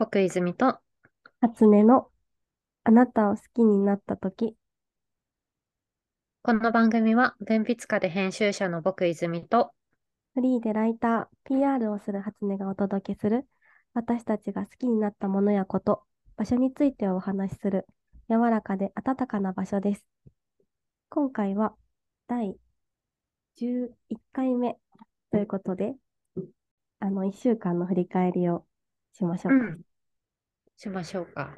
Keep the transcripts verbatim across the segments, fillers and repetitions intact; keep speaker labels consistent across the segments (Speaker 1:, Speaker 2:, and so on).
Speaker 1: 僕泉と、
Speaker 2: 初音のあなたを好きになった時、
Speaker 1: この番組は文筆家で編集者の僕泉と、
Speaker 2: フリーでライター、ピーアール をする初音がお届けする、私たちが好きになったものやこと、場所についてお話しする、柔らかで温かな場所です。今回はだいじゅういっかいめということで、あの、いっしゅうかんの振り返りをしましょうか。
Speaker 1: うん、しましょうか。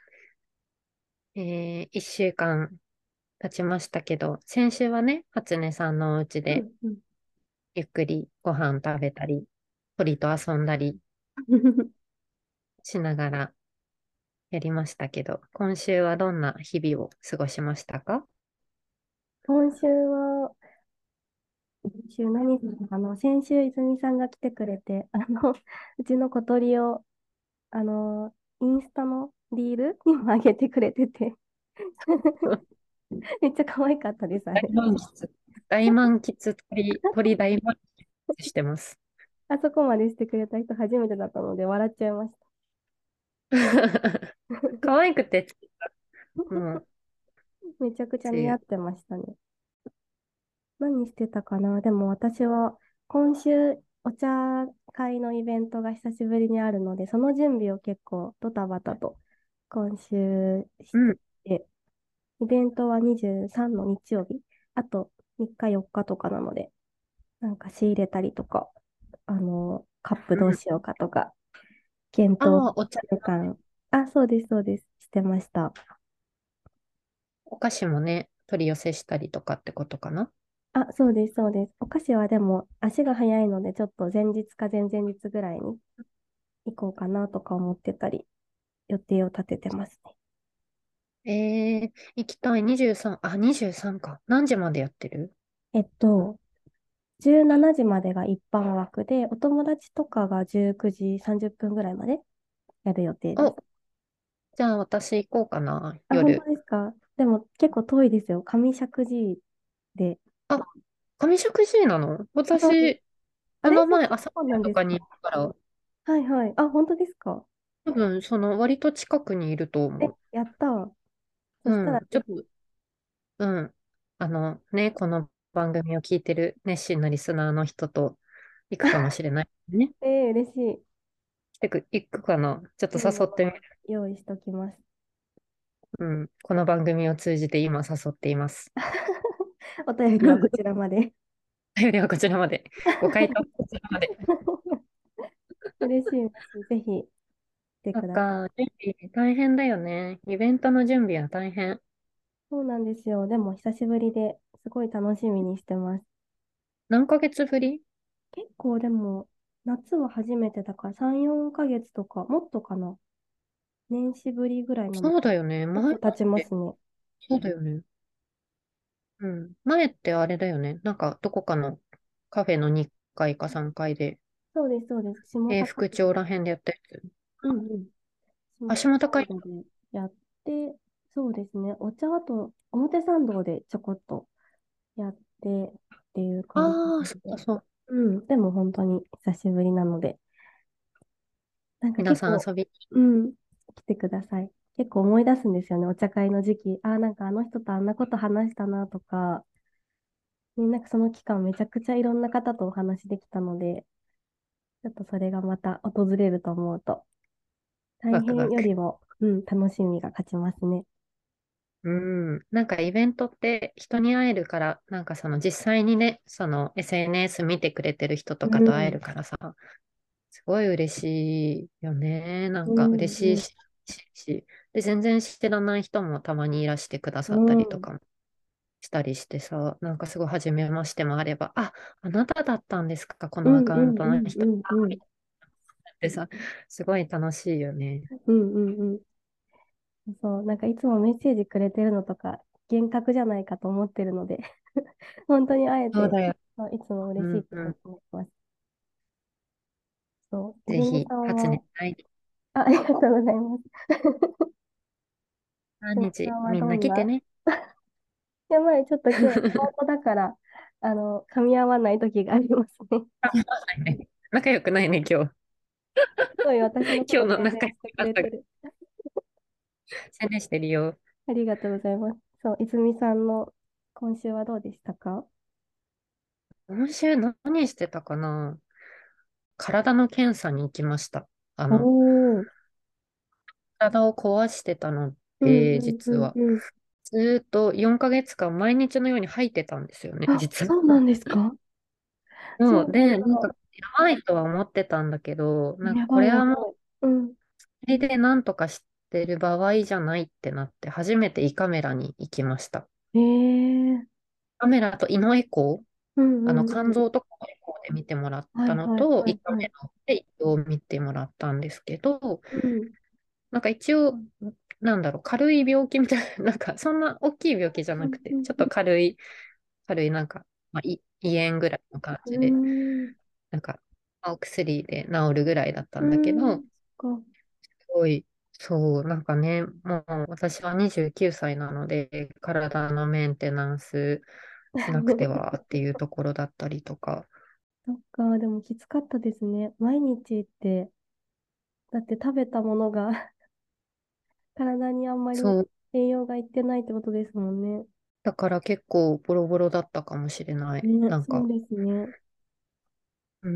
Speaker 1: えー、いっしゅうかん経ちましたけど、先週はね、初音さんのお家で
Speaker 2: うんうん。
Speaker 1: ゆっくりご飯食べたり、鳥と遊んだりしながらやりましたけど、今週はどんな日々を過ごしましたか？
Speaker 2: 今週は、今週何するかな、先週泉さんが来てくれて、あの、うちの小鳥をあの、インスタのリールにも上げてくれててめっちゃ可愛かったです、あ
Speaker 1: 大
Speaker 2: れ。
Speaker 1: 満喫、大満喫鳥、鳥大満喫してます。
Speaker 2: あそこまでしてくれた人初めてだったので笑っちゃいました。
Speaker 1: 可愛くて、もう、
Speaker 2: めちゃくちゃ
Speaker 1: つゆ。
Speaker 2: 似合ってましたね。何してたかな。でも私は今週お茶会のイベントが久しぶりにあるので、その準備を結構ドタバタと今週して
Speaker 1: うん。
Speaker 2: て、イベントはにじゅうさんの日曜日、あとみっかよっかとかなので、なんか仕入れたりとか、あの、カップ
Speaker 1: うん。
Speaker 2: どうしようかとか、検討
Speaker 1: ああ、お茶、
Speaker 2: 時間。あ、そうです、そうです。してました。
Speaker 1: お菓子もね、取り寄せしたりとかってことかな。
Speaker 2: あ、そうです、そうです。お菓子はでも足が早いので、ちょっと前日か前々日ぐらいに行こうかなとか思ってたり、予定を立ててますね。
Speaker 1: えー、行きたい。にじゅうさん、あ、にじゅうさんか。何時までやってる？
Speaker 2: えっと、じゅうしちじまでが一般枠で、お友達とかがじゅうくじさんじゅっぷんぐらいまでやる予定です。
Speaker 1: お、じゃあ私行こうかな、
Speaker 2: あ、本当
Speaker 1: 夜。
Speaker 2: ですか？でも結構遠いですよ。上石神井で。
Speaker 1: あ、上石神井なの？
Speaker 2: あ、そうです。
Speaker 1: 私、
Speaker 2: あれ、
Speaker 1: この前、
Speaker 2: そこ、
Speaker 1: 朝
Speaker 2: そうなんですか？
Speaker 1: とかに行ったから、
Speaker 2: はいはい。あ、本当ですか？
Speaker 1: 多分、その、割と近くにいると
Speaker 2: え、
Speaker 1: 思う。
Speaker 2: やったー。そしたら
Speaker 1: うん、ちょっと、
Speaker 2: ぜひ。
Speaker 1: うん。あの、ね、この番組を聞いてる熱心なリスナーの人と行くかもしれないね。
Speaker 2: えー、嬉しい。
Speaker 1: 来てく、行くかな。ちょっと
Speaker 2: いいよ。
Speaker 1: 誘ってみる。
Speaker 2: 用意しときます。
Speaker 1: うん。この番組を通じて今誘っています。
Speaker 2: お便りはこちらまで。
Speaker 1: お便りはこちらまで。ご回答はこちらまで。
Speaker 2: 嬉しい、嬉しい。ぜひ来てください。
Speaker 1: そっか、準備大変だよね。イベントの準備は大変。
Speaker 2: そうなんですよ。でも久しぶりですごい楽しみにしてます。
Speaker 1: 何ヶ月ぶり？
Speaker 2: 結構でも、夏は初めてだからさん、よんかげつとか、もっとかな。年始ぶりぐらいなのか。
Speaker 1: そうだよね。前っ
Speaker 2: 結構経ちま
Speaker 1: て、
Speaker 2: すね。
Speaker 1: そうだよね。うん。前ってあれだよね。なんか、どこかのカフェのにかいかさんかいで、
Speaker 2: そうです、そうです。下
Speaker 1: 永
Speaker 2: 高井。
Speaker 1: 福町ら辺でやったやつ。
Speaker 2: うんうん。下
Speaker 1: 足も高い。
Speaker 2: 北沢でやって、そうですね。お茶あと表参道でちょこっとやってっていう感じ
Speaker 1: ああ、そっか
Speaker 2: で。
Speaker 1: そう。
Speaker 2: うん。でも本当に久しぶりなので、なんか
Speaker 1: 皆
Speaker 2: 結構、
Speaker 1: さん遊び。
Speaker 2: うん、来てください。結構思い出すんですよね。お茶会の時期。ああ、なんかあの人とあんなこと話したなとか、ね、なんかその期間めちゃくちゃいろんな方とお話できたので、ちょっとそれがまた訪れると思うと、大変
Speaker 1: ワクワク。
Speaker 2: よりも、うん、楽しみが勝ちますね。
Speaker 1: うん。なんかイベントって人に会えるから、なんかその実際にね、その エスエヌエス 見てくれてる人とかと会え
Speaker 2: うん、
Speaker 1: るからさ、すごい嬉しいよね。なんか
Speaker 2: うん、うん、
Speaker 1: 嬉しいし、しで、全然知らない人もたまにいらしてくださったりと
Speaker 2: うん、
Speaker 1: かもしたりしてさ、なんかすごい初めましてもあれば、あ、あなただったんですか、こ
Speaker 2: うん、
Speaker 1: のアカウン
Speaker 2: うん、うん、
Speaker 1: トの人。
Speaker 2: うん、うん、
Speaker 1: ってさ、すごい楽しいよね。
Speaker 2: うん、うん、うん。そう、なんかいつもメッセージくれてるのとか、幻覚じゃないかと思ってるので本当に会えて、
Speaker 1: そうだよ。
Speaker 2: あいつも嬉しいと
Speaker 1: うんうん。
Speaker 2: 思います。そう、泉
Speaker 1: ぜひ、初音
Speaker 2: さんは、
Speaker 1: 会
Speaker 2: あ、ありがとうございます。泉
Speaker 1: 何日、
Speaker 2: さんは
Speaker 1: みん
Speaker 2: どんな、
Speaker 1: な来てね。
Speaker 2: やばい、ちょっと今日リモートだから、あの、噛み合わない時がありますね。
Speaker 1: 仲良くないね、今日。
Speaker 2: すごい私のこと
Speaker 1: 今日の中に
Speaker 2: 宣伝してく
Speaker 1: あった
Speaker 2: れてる。
Speaker 1: 宣伝してるよ。
Speaker 2: ありがとうございます。そう、泉さんの今週はどうでしたか？
Speaker 1: 今週何してたかな。体の検査に行きました。あ
Speaker 2: お
Speaker 1: の、
Speaker 2: ー、
Speaker 1: 体を壊してたの
Speaker 2: うん
Speaker 1: で、
Speaker 2: うんう
Speaker 1: 実は。
Speaker 2: んうん。
Speaker 1: ずーっとよんかげつかん毎日のように吐いてたんですよね、
Speaker 2: あ、
Speaker 1: 実は。
Speaker 2: そうなんですか？そうなん
Speaker 1: そうで、なんか、
Speaker 2: だ。
Speaker 1: やばいとは思ってたんだけど、なんか
Speaker 2: や
Speaker 1: これはもう、
Speaker 2: ばいやばい。うん。
Speaker 1: それでなんとかしてる場合じゃないってなって、初めて胃カメラに行きました。
Speaker 2: えー、
Speaker 1: カメラと胃のエコー、
Speaker 2: うんう
Speaker 1: あの
Speaker 2: んうん。
Speaker 1: 肝臓とかのエコーで見てもらった
Speaker 2: はいはい
Speaker 1: のと、胃カメ
Speaker 2: はいはい。
Speaker 1: ラで胃を見てもらったんですけど、
Speaker 2: うん。
Speaker 1: なんか一応、なんだろう、軽い病気みたいな、なんかそんな大きい病気じゃ
Speaker 2: うん
Speaker 1: なくて、ちょっと
Speaker 2: うん
Speaker 1: 軽い、軽いなんか、まあ、い胃炎ぐらいの感
Speaker 2: う
Speaker 1: じで、
Speaker 2: ん。
Speaker 1: なんか、まあお薬で治るぐらいだった
Speaker 2: うー
Speaker 1: んだけ
Speaker 2: ん。
Speaker 1: ど、
Speaker 2: そっか。
Speaker 1: すごい、そう、なんかね、もう私はにじゅうきゅうさいなので、体のメンテナンスしなくてはっていうところだったりとか、
Speaker 2: そっか、でもきつかったですね。毎日って、だって食べたものが体にあんまり
Speaker 1: そう、
Speaker 2: 栄養がいってないってことですもんね。
Speaker 1: だから結構ボロボロだったかもしれない。
Speaker 2: ね、
Speaker 1: なんか、
Speaker 2: そうですね。
Speaker 1: うん。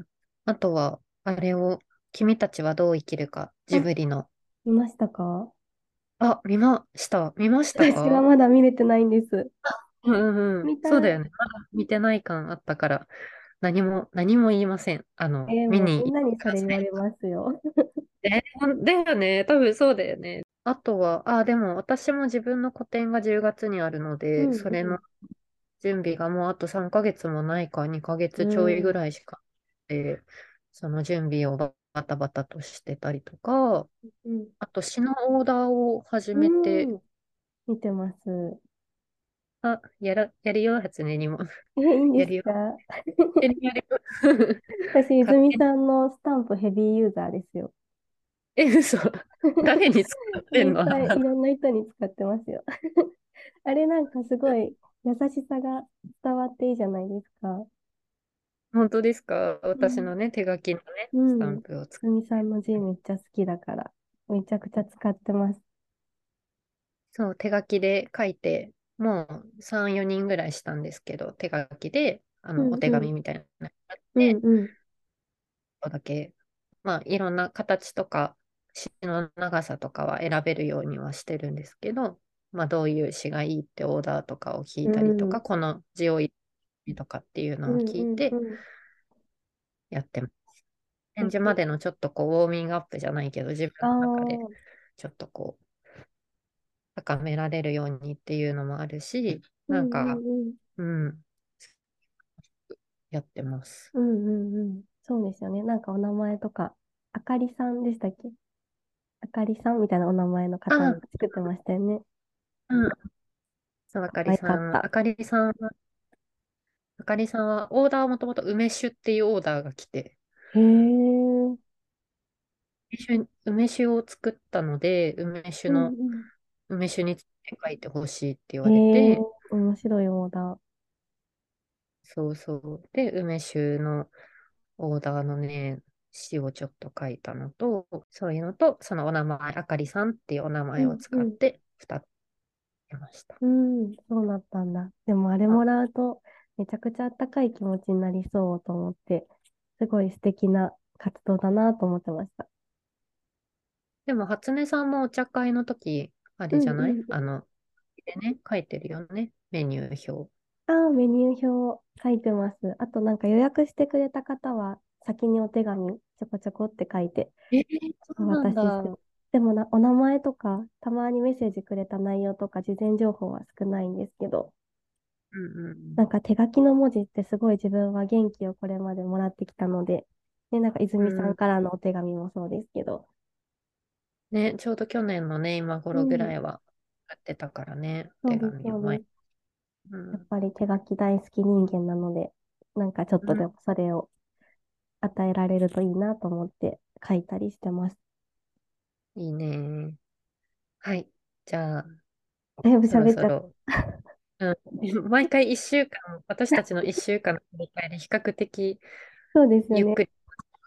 Speaker 1: あとは、あれを、君たちはどう生きるか、ジ
Speaker 2: あ、
Speaker 1: ブリの。
Speaker 2: 見ましたか？
Speaker 1: あ、見ました。見ました
Speaker 2: 私は
Speaker 1: か？
Speaker 2: まだ見れてないんです。
Speaker 1: うんうんうん。
Speaker 2: 見たい。
Speaker 1: そうだよね。まだ見てない感あったから、何も、何も言いません。あの、
Speaker 2: えー、もうみん
Speaker 1: 見に行って
Speaker 2: なにそれ
Speaker 1: ください。
Speaker 2: 言われますよ。
Speaker 1: えーだよね。多分そうだよね。あとは、あ、でも私も自分の個展がじゅうがつにあるの
Speaker 2: う
Speaker 1: で、それの
Speaker 2: ん
Speaker 1: 準備がもうあとさんかげつもないか、にかげつちょい
Speaker 2: うん。
Speaker 1: ぐ
Speaker 2: うん。
Speaker 1: らいしかなくて、その準備をバタバタとしてたりとか、
Speaker 2: うん。
Speaker 1: あと詩のオーダーを始めて、
Speaker 2: うん。見てます。
Speaker 1: あ、やら、やるよ、初音にも。
Speaker 2: え、いいんで
Speaker 1: やるよ。
Speaker 2: すか？
Speaker 1: やるやるよ。
Speaker 2: 私、
Speaker 1: 勝手に。
Speaker 2: 泉さんのスタンプヘビーユーザーですよ。
Speaker 1: え、嘘。誰に使ってんの？
Speaker 2: いっぱいいろんな人に使ってますよ。あれなんかすごい優しさが伝わっていいじゃないですか。
Speaker 1: 本当ですか？
Speaker 2: うん。
Speaker 1: 私のね、手書きのね、
Speaker 2: う
Speaker 1: スタ
Speaker 2: ん。
Speaker 1: ンプを使っ
Speaker 2: 泉さんの字
Speaker 1: て。
Speaker 2: めっちゃ好きだから、めちゃくちゃ使ってます。
Speaker 1: そう、手書きで書いて、もうさん、よにんぐらいしたんですけど、手書きで、あの、お手
Speaker 2: うんうん。
Speaker 1: 紙みたいなのやっ
Speaker 2: うん
Speaker 1: て、
Speaker 2: うん。
Speaker 1: ここだけ、まあ、いろんな形とか、詩の長さとかは選べるようにはしてるんですけど、まあ、どういう詩がいいってオーダーとかを聞
Speaker 2: う
Speaker 1: いたりとか、
Speaker 2: ん。
Speaker 1: この字を入れとかっていうのを
Speaker 2: うん
Speaker 1: 聞いて
Speaker 2: うんうん。
Speaker 1: やってます。展
Speaker 2: え、
Speaker 1: 示までのちょっとこう、ウォーミングアップじゃないけど、自分
Speaker 2: ああ
Speaker 1: の中で
Speaker 2: ー、
Speaker 1: ちょっとこう、高められるようにっていうのもあるし、
Speaker 2: うんう
Speaker 1: なんか、
Speaker 2: んうん。
Speaker 1: うん、やってます。
Speaker 2: うんうんうん。そうですよね。なんかお名前とか、あかりさんでしたっけ？あかりさんみたいなお名前の方
Speaker 1: あ、
Speaker 2: が作ってましたよね。
Speaker 1: うん、そう、あか
Speaker 2: 可
Speaker 1: りさん。
Speaker 2: 愛かった。
Speaker 1: あかりさんは、あかりさんは、オーダーはもともと梅酒っていうオーダーが来て、
Speaker 2: へえ。
Speaker 1: 梅酒、梅酒を作ったので、梅酒
Speaker 2: うん
Speaker 1: の、
Speaker 2: うん。
Speaker 1: 梅酒について書いてほしいって言
Speaker 2: へ
Speaker 1: われ
Speaker 2: え、
Speaker 1: て、
Speaker 2: 面白いオーダー。
Speaker 1: そうそう。で、梅酒のオーダーのね、詩をちょっと書いたのと、そういうのと、そのお名前、あかりさんっていうお名
Speaker 2: う
Speaker 1: 前を
Speaker 2: んうん。
Speaker 1: 使ってふたつやました。
Speaker 2: うん、そうだったんだ。でもあれ
Speaker 1: あ、
Speaker 2: もらうと、めちゃくちゃあったかい気持ちになりそうと思って、すごい素敵な活動だなと思ってました。
Speaker 1: でも、初音さんもお茶会の時、あ
Speaker 2: う
Speaker 1: れじゃな
Speaker 2: んうん。
Speaker 1: いあの、でね、書いてるよね、メニュー表。
Speaker 2: ああ、メニュー表書いてます。あとなんか予約してくれた方は、先にお手紙ちょこちょこって書いて
Speaker 1: えー、そうなんだ。
Speaker 2: お渡しして。でもな、お名前とか、たまにメッセージくれた内容とか、事前情報は少ないんですけど、
Speaker 1: うんうんうん。
Speaker 2: なんか手書きの文字ってすごい自分は元気をこれまでもらってきたので、で、なんか泉さん
Speaker 1: うん、
Speaker 2: からのお手紙もそうですけど、
Speaker 1: ね、ちょうど去年のね、今頃ぐ
Speaker 2: うん、
Speaker 1: らいはやってたからね、手
Speaker 2: そうです、
Speaker 1: 紙を前。
Speaker 2: そうです。やっ
Speaker 1: うん。
Speaker 2: ぱり手書き大好き人間なので、なんかちょっ
Speaker 1: うん、
Speaker 2: とでもそれを与えられるといいなと思って書いたりしてます。
Speaker 1: いいね。はい。じゃあ、
Speaker 2: だいぶ
Speaker 1: そろ
Speaker 2: 喋っちゃった。
Speaker 1: そろ、うん、毎回一週間、私たちの一週間の振り返り、比較的
Speaker 2: そうですよね。
Speaker 1: ゆっくり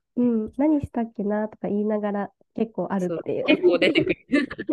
Speaker 2: うん、何したっけなとか言いながら結構ある
Speaker 1: そう、
Speaker 2: っていう。
Speaker 1: 結構出てくる。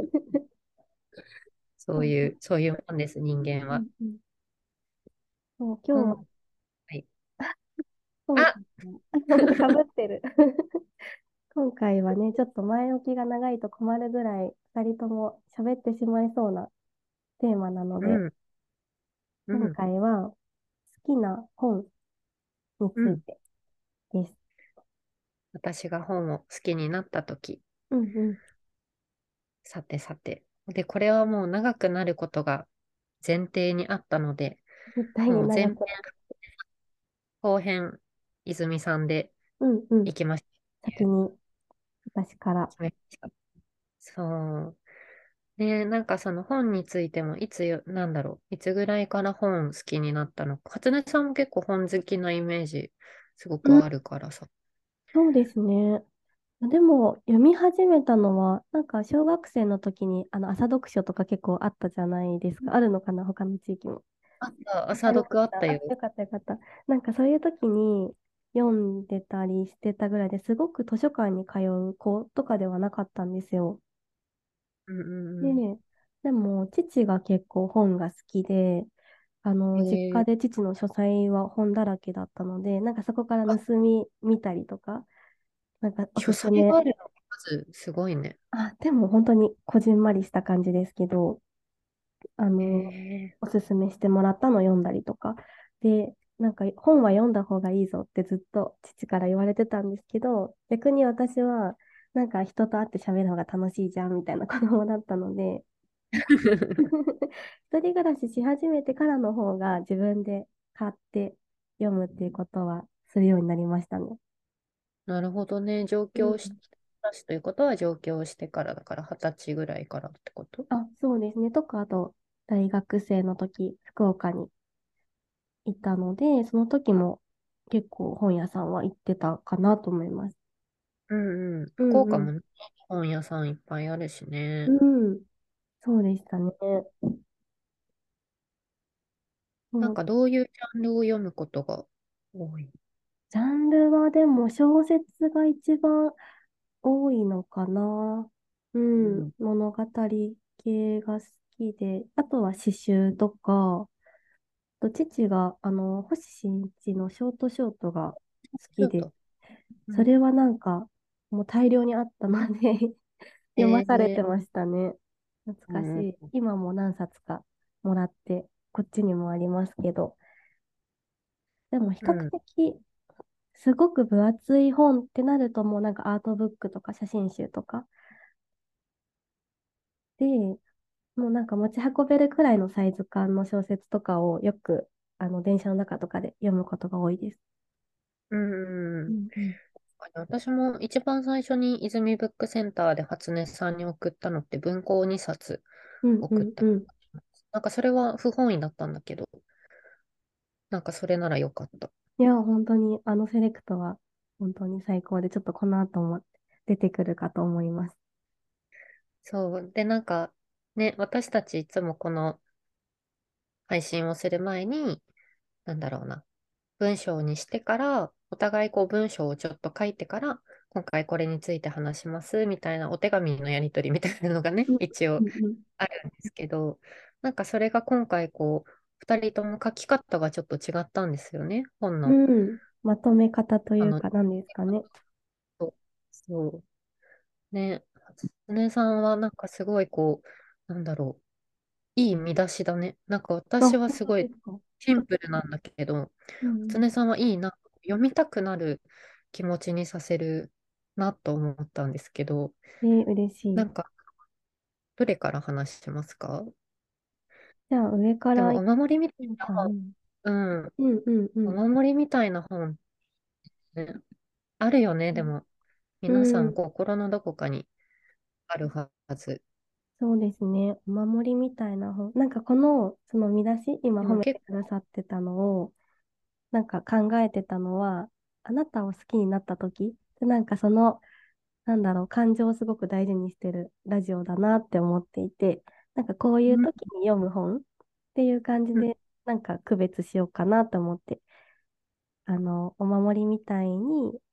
Speaker 1: そ
Speaker 2: そうそう。
Speaker 1: ういう、そういうもんです、人間は。
Speaker 2: うんうん、そう今日は、
Speaker 1: 今、はい。
Speaker 2: 今
Speaker 1: あ、
Speaker 2: 回は、かぶってる。今回はね、ちょっと前置きが長いと困るぐらい、二人とも喋ってしまいそうなテーマなので、
Speaker 1: うん、う
Speaker 2: 今
Speaker 1: ん、
Speaker 2: 回は好きな本に
Speaker 1: うん。
Speaker 2: ついてです。
Speaker 1: 私が本を好きになったとき、
Speaker 2: うんうん。
Speaker 1: さてさて。で、これはもう長くなることが前提にあったので、
Speaker 2: 絶対に
Speaker 1: もう前編
Speaker 2: 長く。
Speaker 1: 後編、泉さんで
Speaker 2: うんうん。
Speaker 1: 行きましたっていう
Speaker 2: 先に私から。
Speaker 1: 決めました。そう。ね、なんかその本についても、いつよ、なんだろう、いつぐらいから本好きになったのか。初音さんも結構本好きなイメージすご
Speaker 2: うん、
Speaker 1: くあるからさ。
Speaker 2: そうですね。でも、読み始めたのは、なんか小学生の時にあの朝読書とか結構あったじゃないですか。あるのかな、他の地域も。
Speaker 1: あった、
Speaker 2: あ
Speaker 1: 朝
Speaker 2: りました。
Speaker 1: 読あったよ。
Speaker 2: あ、よかったよかった。なんかそういう時に読んでたりしてたぐらいですごく図書館に通う子とかではなかったんですよ。
Speaker 1: うんうん
Speaker 2: で、
Speaker 1: うん。
Speaker 2: でも父が結構本が好きで、あの、実家
Speaker 1: えー、
Speaker 2: で父の書斎は本だらけだったので、なんかそこから
Speaker 1: あ、
Speaker 2: 盗み見たりとか、なんかお
Speaker 1: 書
Speaker 2: すすめ、
Speaker 1: 斎があるの、まずすごいね。
Speaker 2: あ、でも本当にこじんまりした感じですけど、あの、
Speaker 1: え
Speaker 2: おすすめしてもらったのを読んだりとか。で、なんか本は読んだ方がいいぞってずっと父から言われてたんですけど、逆に私は、なんか人と会って喋る方が楽しいじゃんみたいな子供だったので、
Speaker 1: ー、
Speaker 2: 一人暮らしし始めてからの方が自分で買って読むっていうことはするようになりましたね。
Speaker 1: なるほどね。上
Speaker 2: うん、
Speaker 1: 京し、たしということは上京してからだから、二十歳ぐらいからってこと？
Speaker 2: あ、そうですね。とか、あと、大学生の時、福岡にいたので、その時も結構本屋さんは行ってたかなと思います。
Speaker 1: うんうん。
Speaker 2: うんうん。
Speaker 1: 福岡もね本屋さんいっぱいあるしね。
Speaker 2: うん、そうでしたね。
Speaker 1: なん
Speaker 2: そう、
Speaker 1: かどういうジャンルを読むことが多い？
Speaker 2: ジャンルはでも小説が一番多いのかな。うん、
Speaker 1: うん。
Speaker 2: 物語系が好きで、あとは詩集とか、あと父があの星新一のショートショートが好きで、
Speaker 1: ちょっと。うん。
Speaker 2: それはなんかもう大量にあったので読まされ
Speaker 1: え
Speaker 2: てましたね。懐
Speaker 1: ー、うん。
Speaker 2: かしい。今も何冊かもらって、こっちにもありますけど、でも比較
Speaker 1: うん。
Speaker 2: 的すごく分厚い本ってなるともうなんかアートブックとか写真集とかで、もうなんか持ち運べるくらいのサイズ感の小説とかをよくあの電車の中とかで読むことが多いです。
Speaker 1: うん。うん。
Speaker 2: うんうん。
Speaker 1: 私も一番最初に泉ブックセンターで初音さんに送ったのって文庫をにさつ
Speaker 2: うんう
Speaker 1: 送った。
Speaker 2: んうん。
Speaker 1: なんかそれは不本意だったんだけど、なんかそれならよかった。
Speaker 2: いや、本当にあのセレクトは本当に最高で、ちょっとこの後も出てくるかと思います。
Speaker 1: そう。で、なんかね、私たちいつもこの配信をする前に、なんだろうな、文章にしてから、お互いこう文章をちょっと書いてから、今回これについて話しますみたいなお手紙のやり取りみたいなのがね、
Speaker 2: うん
Speaker 1: 一応
Speaker 2: うんうん。
Speaker 1: あるんですけど、なんかそれが今回こう、二人とも書き方がちょっと違ったんですよね、本の。
Speaker 2: うん。まとめ方とい
Speaker 1: あの、
Speaker 2: うか、何ですかね。
Speaker 1: そう、そうね、初音さんはなんかすごいこう、なんだろう、いい見出しだね。なんか
Speaker 2: あ、
Speaker 1: 私は
Speaker 2: 本
Speaker 1: すごい
Speaker 2: 当ですか。
Speaker 1: シンプルなんだけど、
Speaker 2: うん
Speaker 1: 初音さんはいいな、読みたくなる気持ちにさせるなと思ったんですけど、
Speaker 2: うん。えー、嬉しい。
Speaker 1: なんか、どれから話しますか？
Speaker 2: じゃあ、上からい
Speaker 1: でも、お守りみたい
Speaker 2: いかな。
Speaker 1: な本、うん、
Speaker 2: うんうんう
Speaker 1: お
Speaker 2: ん。
Speaker 1: 守りみたいな本、ね、あるよね、でも、
Speaker 2: う
Speaker 1: 皆さん
Speaker 2: ん、
Speaker 1: 心のどこかにあるはず。
Speaker 2: そうですね。お守りみたいな本。なんかこの、その見出し、今
Speaker 1: で
Speaker 2: 褒
Speaker 1: も結構、
Speaker 2: めてくださってたのを、なんか考えてたのは、あなたを好きになった時で、なんかその、なんだろう、感情をすごく大事にしてるラジオだなって思っていて、なんかこういう
Speaker 1: うん、
Speaker 2: 時に読む本っていう感じ
Speaker 1: うん、
Speaker 2: で、なんか区別しようかなと思って、あの、お守りみたいに、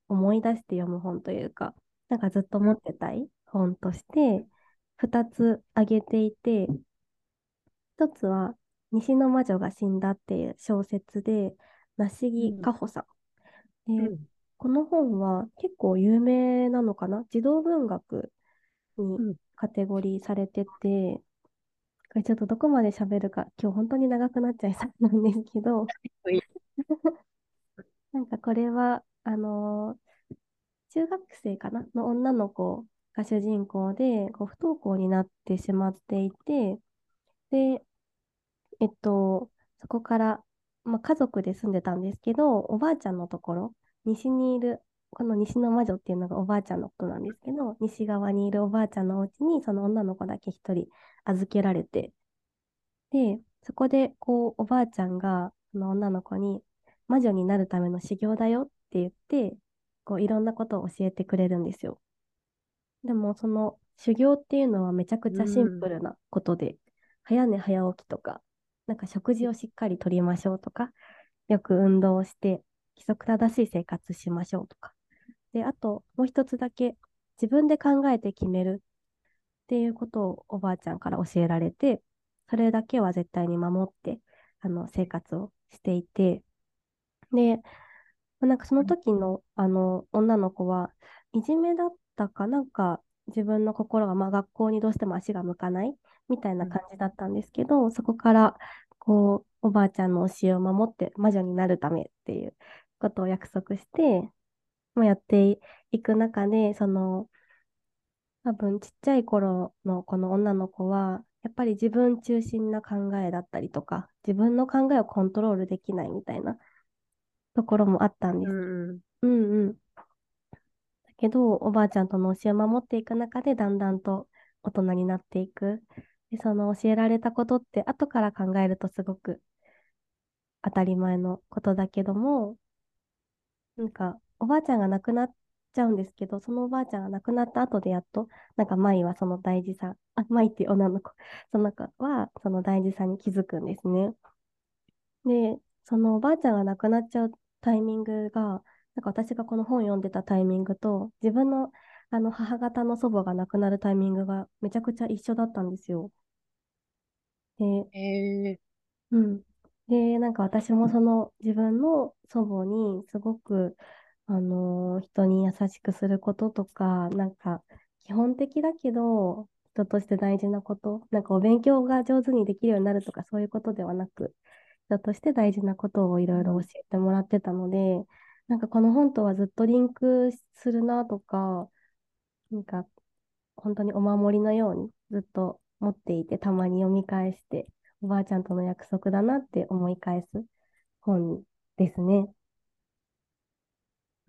Speaker 2: 思い出して読む本というか、なんかずっと
Speaker 1: うん、
Speaker 2: 持ってたい本としてふたつ挙げていて、ひとつは西の魔女が死んだっていう小説で、梨木
Speaker 1: うん、
Speaker 2: かほさん。で、
Speaker 1: うん、
Speaker 2: この本は結構有名なのかな、児童文学に
Speaker 1: うん。
Speaker 2: カテゴリーされてて、これちょっとどこまで喋るか、今日本当に長くなっちゃいそうなんですけど、
Speaker 1: いい。
Speaker 2: なんかこれは、あのー中学生かなの女の子が主人公で、こう不登校になってしまっていて、で、えっと、そこから、まあ、家族で住んでたんですけど、おばあちゃんのところ、西にいる、この西の魔女っていうのがおばあちゃんのことなんですけど、西側にいるおばあちゃんのお家に、その女の子だけ一人預けられて、で、そこで、こう、おばあちゃんが、その女の子に、魔女になるための修行だよって言って、こう、いろんなことを教えてくれるんですよ。でも、その修行っていうのはめちゃく
Speaker 1: う
Speaker 2: ちゃシンプ
Speaker 1: ん、
Speaker 2: ルなことで、早寝早起きとか、なんか食事をしっかりとりましょうとか、よく運動をして、規則正しい生活しましょうとか。で、あと、もう一つだけ、自分で考えて決めるっていうことをおばあちゃんから教えられて、それだけは絶対に守って、あの、生活をしていて、で、まあなんかその時の、あの女の子はいじめだったかなんか自分の心が、まあ、学校にどうしても足が向かないみたいな
Speaker 1: うん、
Speaker 2: 感じだったんですけど、そこからこうおばあちゃんの教えを守って魔女になるためっていうことを約束して、まあ、やっていく中で、その多分ちっちゃい頃のこの女の子はやっぱり自分中心な考えだったりとか、自分の考えをコントロールできないみたいなところもあったんです。
Speaker 1: うん、うん。
Speaker 2: うんうん。だけど、おばあちゃんとの教えを守っていく中で、だんだんと大人になっていく。で、その教えられたことって、後から考えるとすごく当たり前のことだけども、なんか、おばあちゃんが亡くなっちゃうんですけど、そのおばあちゃんが亡くなった後でやっと、なんか、舞はその大事さ、あ、舞っていう女の子、その子はその大事さに気づくんですね。で、そのおばあちゃんが亡くなっちゃうタイミングが、なんか私がこの本読んでたタイミングと、自分のあの母方の祖母が亡くなるタイミングがめちゃくちゃ一緒だったんですよ。で、
Speaker 1: へえ、
Speaker 2: うん。で、なんか私もその自分の祖母にすごく、あのー人に優しくすることとか、なんか基本的だけど、人として大事なこと、なんかお勉強が上手にできるようになるとかそういうことではなく、人として大事なことをいろいろ
Speaker 1: うん、
Speaker 2: 教えてもらってたので、なんかこの本とはずっとリンクするなとか、なんか本当にお守りのようにずっと持っていて、たまに読み返して、おばあちゃんとの約束だなって思い返す本ですね。
Speaker 1: うん。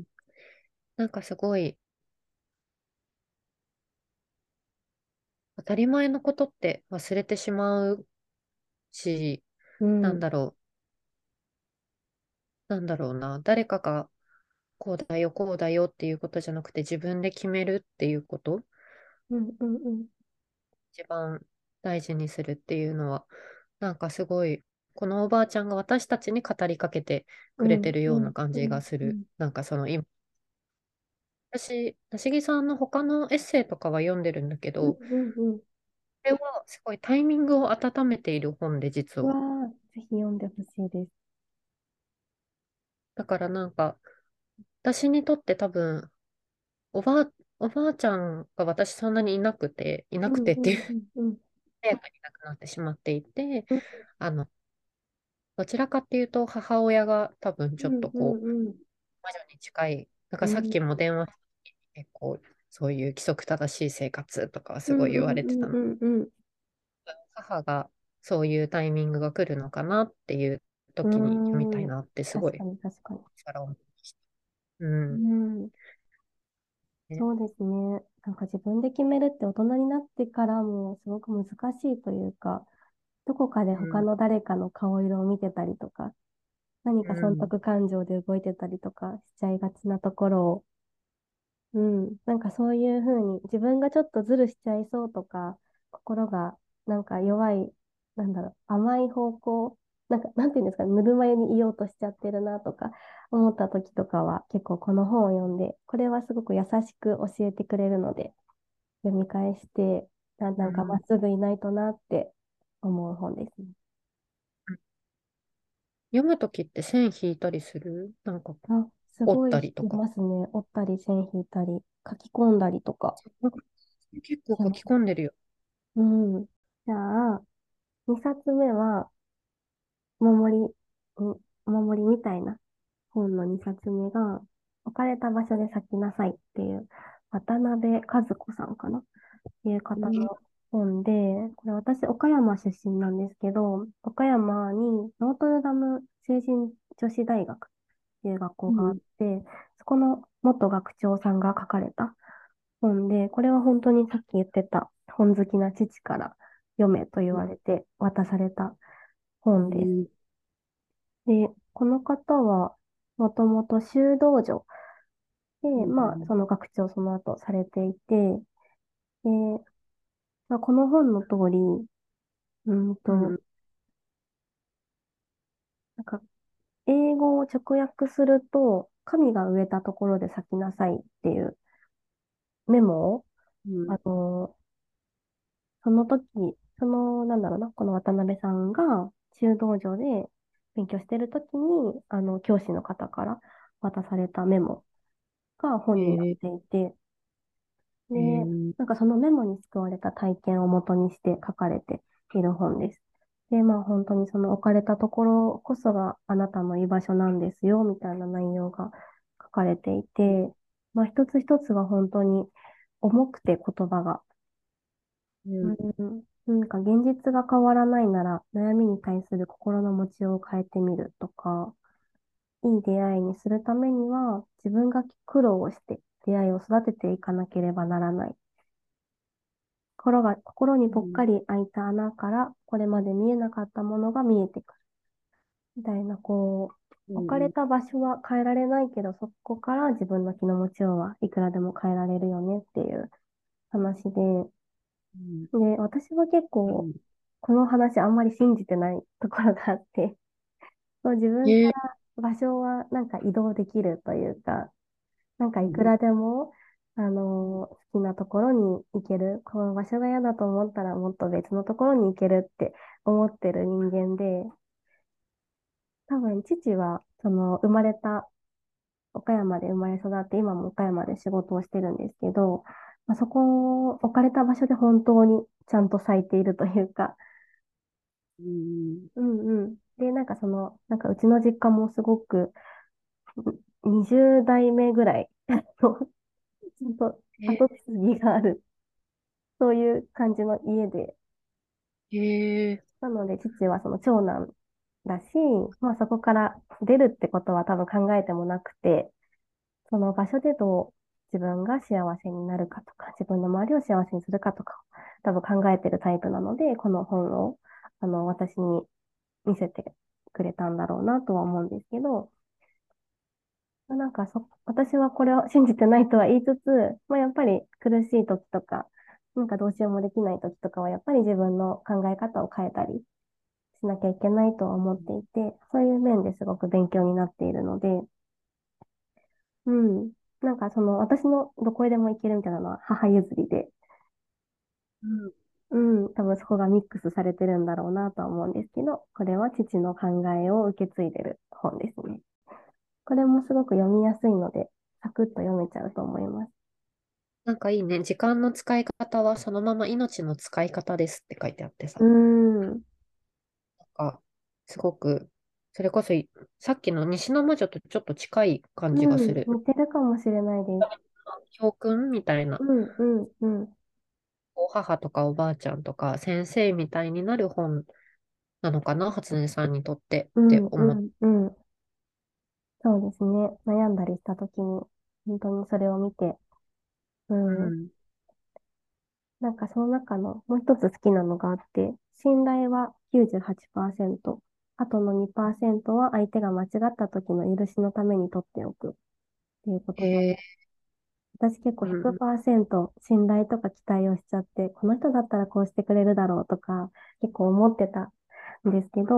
Speaker 1: なんかすごい当たり前のことって忘れてしまうし、
Speaker 2: うん。うん
Speaker 1: なんだろう、なんだろうな、誰かがこうだよ、こうだよっていうことじゃなくて自分で決めるっていうこと、
Speaker 2: うんうん
Speaker 1: 一番大事にするっていうのは、なんかすごい、このおばあちゃんが私たちに語りかけてくれて
Speaker 2: うん
Speaker 1: る
Speaker 2: うん
Speaker 1: ような感じ
Speaker 2: うん
Speaker 1: がする。
Speaker 2: うん
Speaker 1: なんかその今、私、梨木さんの他のエッセイとかは読んでるんだけ
Speaker 2: うん
Speaker 1: ど、こ
Speaker 2: うんうん。
Speaker 1: れはすごいタイミングを温めている本で実
Speaker 2: うわ
Speaker 1: は。
Speaker 2: ー、ぜひ読んでほしいです。
Speaker 1: だからなんか、私にとって多分、おばあ、おばあちゃんが私そんなにいなくて、いなくてっていう、
Speaker 2: うんうんうんうん
Speaker 1: 早くに亡くなってしまっていて、
Speaker 2: うん
Speaker 1: あの、どちらかっていうと母親が多分ちょっ
Speaker 2: うん
Speaker 1: とこう、
Speaker 2: うん
Speaker 1: 魔女に近い、なんか
Speaker 2: うん
Speaker 1: さっきも電話した時に結構、そういう規則正しい生活とかは
Speaker 2: うん
Speaker 1: すごい言われてたの。
Speaker 2: うんうん
Speaker 1: 母がそういうタイミングが来るのかなっていう
Speaker 2: う
Speaker 1: 時に読みた
Speaker 2: んうん。
Speaker 1: いなってすごい、
Speaker 2: 確かに確かに。
Speaker 1: 力を思いました。う
Speaker 2: う
Speaker 1: ん。
Speaker 2: ん。
Speaker 1: ね、
Speaker 2: そうですね。なんか自分で決めるって大人になってからもすごく難しいというか、どこかで
Speaker 1: うん。
Speaker 2: 他の誰かの顔色を見てたりとか、何か損
Speaker 1: うん。
Speaker 2: 得感情で動いてたりとかしちゃいがちなところを、うん、なんかそういうふうに自分がちょっとズルしちゃいそうとか、心がなんか弱い、なんだろう、甘い方向なんか、なんていうんですかね、ぬるま湯にいようとしちゃってるなとか思った時とかは、結構この本を読んで、これはすごく優しく教えてくれるので、読み返して、な、なんかまっ
Speaker 1: うん。
Speaker 2: すぐいないとなって思う本ですね。
Speaker 1: 読むときって線引いたりするなんか、
Speaker 2: あ、す
Speaker 1: 折っ
Speaker 2: ごいし
Speaker 1: たりとか。
Speaker 2: ますね。折ったり線引いたり、書き込んだりとか
Speaker 1: なんか結構書き
Speaker 2: します。
Speaker 1: 込んでるよ。
Speaker 2: うん。じゃあ、にさつめは、お守り、うんお守りみたいな本のにさつめが、置かれた場所で咲きなさいっていう、渡辺和子さんかなっていう
Speaker 1: うん。
Speaker 2: 方の本で、これ私、岡山出身なんですけど、岡山にノートルダム成人女子大学っていう学校があっ
Speaker 1: うん。
Speaker 2: て、そこの元学長さんが書かれた本で、これは本当にさっき言ってた本好きな父から読めと言われて渡された本です。
Speaker 1: うん。
Speaker 2: で、この方はもともと修道女で、
Speaker 1: う
Speaker 2: まあ、
Speaker 1: ん。
Speaker 2: その学長その後されていて、で、まあ、この本の通り、うんと、
Speaker 1: うん。
Speaker 2: なんか、英語を直訳すると、神が植えたところで咲きなさいっていうメモを、あ
Speaker 1: うん。
Speaker 2: の、その時、その、なんだろうな、この渡辺さんが修道場で勉強してる時に、あの、教師の方から渡されたメモが本になっ
Speaker 1: えー、
Speaker 2: ていて、で、
Speaker 1: えー、
Speaker 2: なんかそのメモに救われた体験を元にして書かれている本です。で、まあ本当にその置かれたところこそがあなたの居場所なんですよ、みたいな内容が書かれていて、まあ一つ一つが本当に重くて言葉が。
Speaker 1: うん。
Speaker 2: うん、なんか現実が変わらないなら悩みに対する心の持ちようを変えてみるとか、いい出会いにするためには自分が苦労をして出会いを育てていかなければならない。心が、心にぽっか
Speaker 1: うん。
Speaker 2: り開いた穴から、これまで見えなかったものが見えてくる。みたいな、こう、置かれ
Speaker 1: うん。
Speaker 2: た場所は変えられないけど、そこから自分の気の持ちようはいくらでも変えられるよねっていう話で、
Speaker 1: うん。
Speaker 2: で、私は結構、
Speaker 1: うん。
Speaker 2: この話あんまり信じてないところがあって、そう自分か
Speaker 1: えー、
Speaker 2: ら場所はなんか移動できるというか、なんか
Speaker 1: うん。
Speaker 2: いくらでも、あのー好きなところに行ける。この場所が嫌だと思ったらもっと別のところに行けるって思ってる人間で、多分父は、その生まれた岡山で生まれ育って、今も岡山で仕事をしてるんですけど、まあ、そこ、置かれた場所で本当にちゃんと咲いているというか、
Speaker 1: うん。
Speaker 2: うんうん。で、なんかその、なんかうちの実家もすごく、にじゅう代目ぐらい、ちゃんと
Speaker 1: え
Speaker 2: 後継ぎがあるそういう感じの家で、
Speaker 1: ー、え
Speaker 2: なので父はその長男だし、まあそこから出るってことは多分考えてもなくて、その場所でどう自分が幸せになるかとか、自分の周りを幸せにするかとか、多分考えてるタイプなので、この本をあの私に見せてくれたんだろうなとは思うんですけど、まあなんかそ、私はこれを信じてないとは言いつつ、まあやっぱり苦しい時とか、なんかどうしようもできない時とかは、やっぱり自分の考え方を変えたりしなきゃいけないとは思っていて、そういう面ですごく勉強になっているので、うん。なんかその私のどこへでも行けるみたいなのは母譲りで、
Speaker 1: うん。
Speaker 2: うん、多分そこがミックスされてるんだろうなとは思うんですけど、これは父の考えを受け継いでる本ですね。これもすごく読みやすいので、サクッと読めちゃうと思います。
Speaker 1: なんかいいね。時間の使い方はそのまま命の使い方ですって書いてあって
Speaker 2: う
Speaker 1: さ。
Speaker 2: ーん。
Speaker 1: なんか、すごく、それこそい、さっきの西の魔女とちょっと近い感じが
Speaker 2: うん、
Speaker 1: する。
Speaker 2: 似てるかもしれないです。
Speaker 1: 教訓みたいな。
Speaker 2: うん、うん、うん。
Speaker 1: お母とかおばあちゃんとか先生みたいになる本なのかな、初音さんにとって
Speaker 2: うん、う
Speaker 1: って思っ
Speaker 2: ん、うん。そうですね。悩んだりしたときに、本当にそれを見て、うん。
Speaker 1: うん。
Speaker 2: なんかその中のもう一つ好きなのがあって、信頼はきゅうじゅうはちパーセント、あとのにパーセントは相手が間違った時の許しのために取っておくっていう言葉で、
Speaker 1: へえ、
Speaker 2: 私結構
Speaker 1: うん、
Speaker 2: ひゃくパーセント信頼とか期待をしちゃって、この人だったらこうしてくれるだろうとか結構思ってたんですけど、
Speaker 1: うん、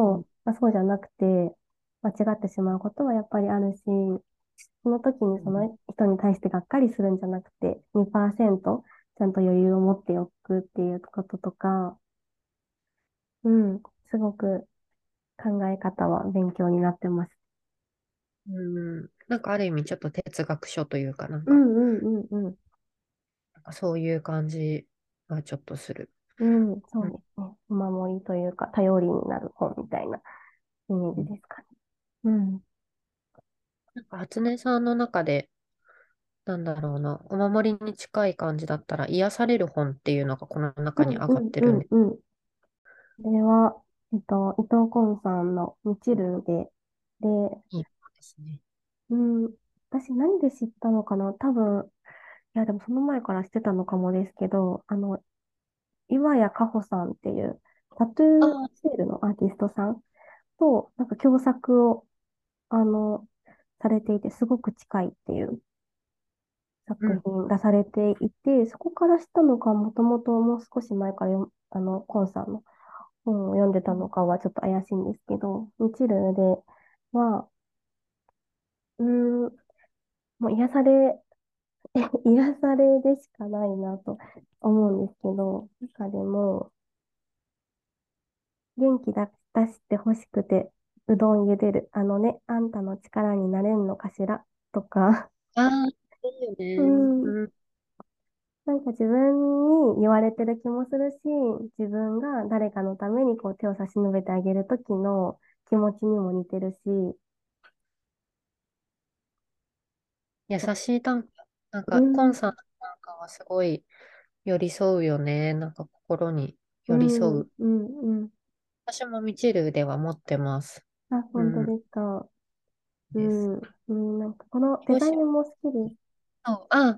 Speaker 2: まあ、そうじゃなくて、間違ってしまうことはやっぱりあるし、その時にそ
Speaker 1: うん
Speaker 2: の人に対してがっかりするんじゃなくて、にパーセントちゃんと余裕を持っておくっていうこととか、うん、すごく考え方は勉強になってます。
Speaker 1: うん。なんかある意味ちょっと哲学書というかなんか、
Speaker 2: うんうんうんうん。
Speaker 1: なんかそういう感じがちょっとする。
Speaker 2: うん、そ
Speaker 1: うん。
Speaker 2: うですね。お守りというか、頼りになる本みたいなイメー
Speaker 1: うん。
Speaker 2: ジですかね。うん。
Speaker 1: なんか初音さんの中で、なんだろうな、お守りに近い感じだったら、癒される本っていうのがこの中に上がっ
Speaker 2: うんうん
Speaker 1: てるんで。
Speaker 2: うんうん。これは、えっと、伊藤昆さんのミチルで、で、
Speaker 1: いいですね。
Speaker 2: うん、私何で知ったのかな多分、いやでもその前から知ってたのかもですけど、あの、岩谷佳穂さんっていうタトゥ
Speaker 1: あ
Speaker 2: ー
Speaker 1: あ、
Speaker 2: シールのアーティストさんと、なんか共作を、あの、されていて、すごく近いっていう作
Speaker 1: うん。
Speaker 2: 品出されていて、そこから知ったのか、もともともう少し前からよ、あの、コンさんの本を読んでたのかはちょっと怪しいんですけど、ミチルでは、うーん、もう癒され、癒されでしかないなと思うんですけど、中でも、元気だ、出してほしくて、うどん茹でる、あのね、あんたの力になれんのかしらとか、
Speaker 1: ああ、いいよ
Speaker 2: う
Speaker 1: ね。
Speaker 2: ん、
Speaker 1: うん。
Speaker 2: なんか自分に言われてる気もするし、自分が誰かのためにこう手を差し伸べてあげる時の気持ちにも似てるし、
Speaker 1: 優しい短歌。なんか、コ
Speaker 2: うん、
Speaker 1: ンさんの短歌はすごい寄り添うよね。なんか心に寄り
Speaker 2: うん、うん、
Speaker 1: 添う。
Speaker 2: うん。
Speaker 1: 私もミチルでは持ってます。
Speaker 2: あ、本当
Speaker 1: うん。
Speaker 2: ですか。う
Speaker 1: です。
Speaker 2: ん、うん、なんかこのデザイ
Speaker 1: 表紙、
Speaker 2: ンも好きです。
Speaker 1: そう、あ、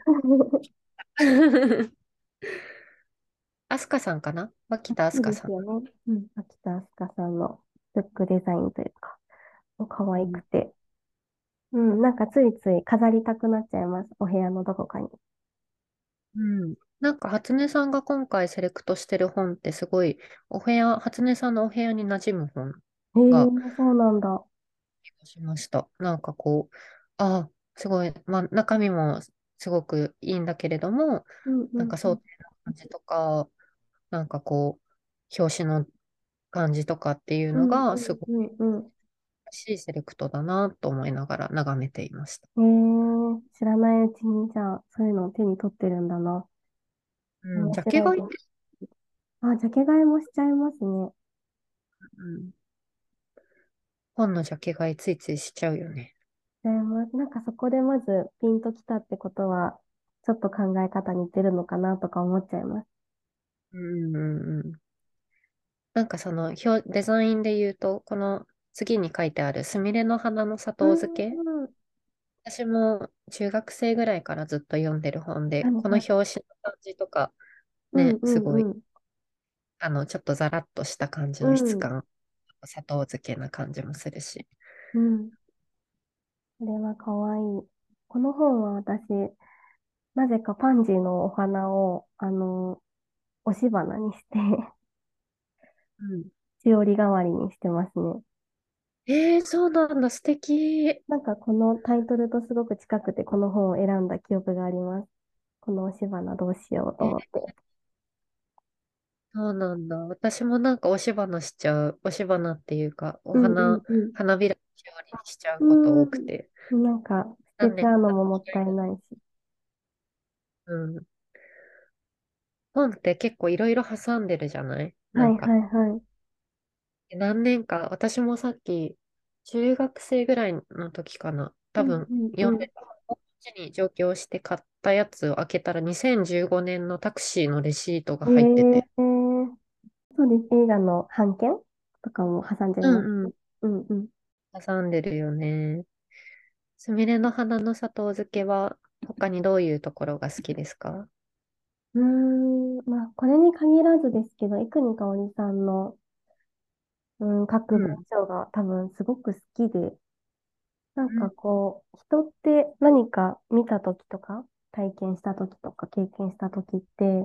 Speaker 1: アスカさんかな、脇田ア
Speaker 2: いい
Speaker 1: スカさん。
Speaker 2: ですよね。うん。秋田明日香さんのブックデザインというか、可
Speaker 1: うん。
Speaker 2: 愛くて。うん、なんかついつい飾りたくなっちゃいます。お部屋のどこかに。
Speaker 1: うん。なんか、初音さんが今回セレクトしてる本ってすごい、お部屋、初音さんのお部屋に馴染む本
Speaker 2: へえ、
Speaker 1: が
Speaker 2: そうなんだ。
Speaker 1: 気がしました。なんかこう、あ、すごい、まあ、中身もすごくいいんだけれども、
Speaker 2: うんうんうん。
Speaker 1: なんか想定の感じとか、なんかこう、表紙の感じとかっていう
Speaker 2: うんう
Speaker 1: のが、す
Speaker 2: ん
Speaker 1: ごい
Speaker 2: うんう
Speaker 1: らしいセレクトだなと思いながら眺めていました。
Speaker 2: ん。えー、知らないうちに、じゃあ、そういうのを手に取ってるんだな。
Speaker 1: うん、
Speaker 2: 面
Speaker 1: ジャケ買いって、
Speaker 2: 白いです。あ、ジャケ買いもしちゃいますね。
Speaker 1: うん、本のジャケ買いついついしちゃうよね。
Speaker 2: しちゃいます。なんかそこでまずピンときたってことは、ちょっと考え方似てるのかなとか思っちゃいます。
Speaker 1: うんうんうん。なんかその表、デザインで言うと、この次に書いてあるスミレの花の砂
Speaker 2: う
Speaker 1: 糖漬け、
Speaker 2: んうん。
Speaker 1: 私も中学生ぐらいからずっと読んでる本で、この
Speaker 2: はいはい。
Speaker 1: 表紙の感じとか、ね、
Speaker 2: うんう
Speaker 1: すごい、
Speaker 2: んうん。
Speaker 1: あの、ちょっとザラッとした感じ
Speaker 2: うん。
Speaker 1: の質感、砂糖漬けな感じもするし。
Speaker 2: うん。これはかわいい。この本は私、なぜかパンジーのお花を、あの、押し花にして
Speaker 1: うん。
Speaker 2: しおり代わりにしてますね。
Speaker 1: えー、そうなんだ、素敵。
Speaker 2: なんかこのタイトルとすごく近くてこの本を選んだ記憶があります。この押し花どうしようと
Speaker 1: えー、
Speaker 2: 思って。
Speaker 1: そうなんだ。私もなんか押し花しちゃう。押し花っていうか、お
Speaker 2: うんうん
Speaker 1: 花、
Speaker 2: うん。
Speaker 1: 花びらしおりにしちゃうこと多く
Speaker 2: う
Speaker 1: て。
Speaker 2: ん。なんか捨てち
Speaker 1: 何年か
Speaker 2: ゃうのももったいないし。
Speaker 1: うん。本って結構いろいろ挟んでるじゃないな
Speaker 2: はい
Speaker 1: んか。
Speaker 2: はいはい。
Speaker 1: 何年か、私もさっき、中学生ぐらいの時かな。
Speaker 2: うん
Speaker 1: 多分、
Speaker 2: うんう
Speaker 1: 読んでた。こっちに上京して買ったやつを開けたらにせんじゅうごねんのタクシーのレシートが
Speaker 2: ん。え
Speaker 1: 入ってて。
Speaker 2: ー、そうです。映画の版権とかも挟んじゃいます。
Speaker 1: うんうん。
Speaker 2: うんうん。
Speaker 1: 挟んでるよね。すみれの花の砂糖漬けは、他にどういうところが好きですか？
Speaker 2: うーん、まあ、これに限らずですけど、生国香織さんの、うん、書く文
Speaker 1: うん。
Speaker 2: 章が多分すごく好きで、なんか
Speaker 1: うん。
Speaker 2: こう、人って何か見たときとか、体験したときとか、経験したときって、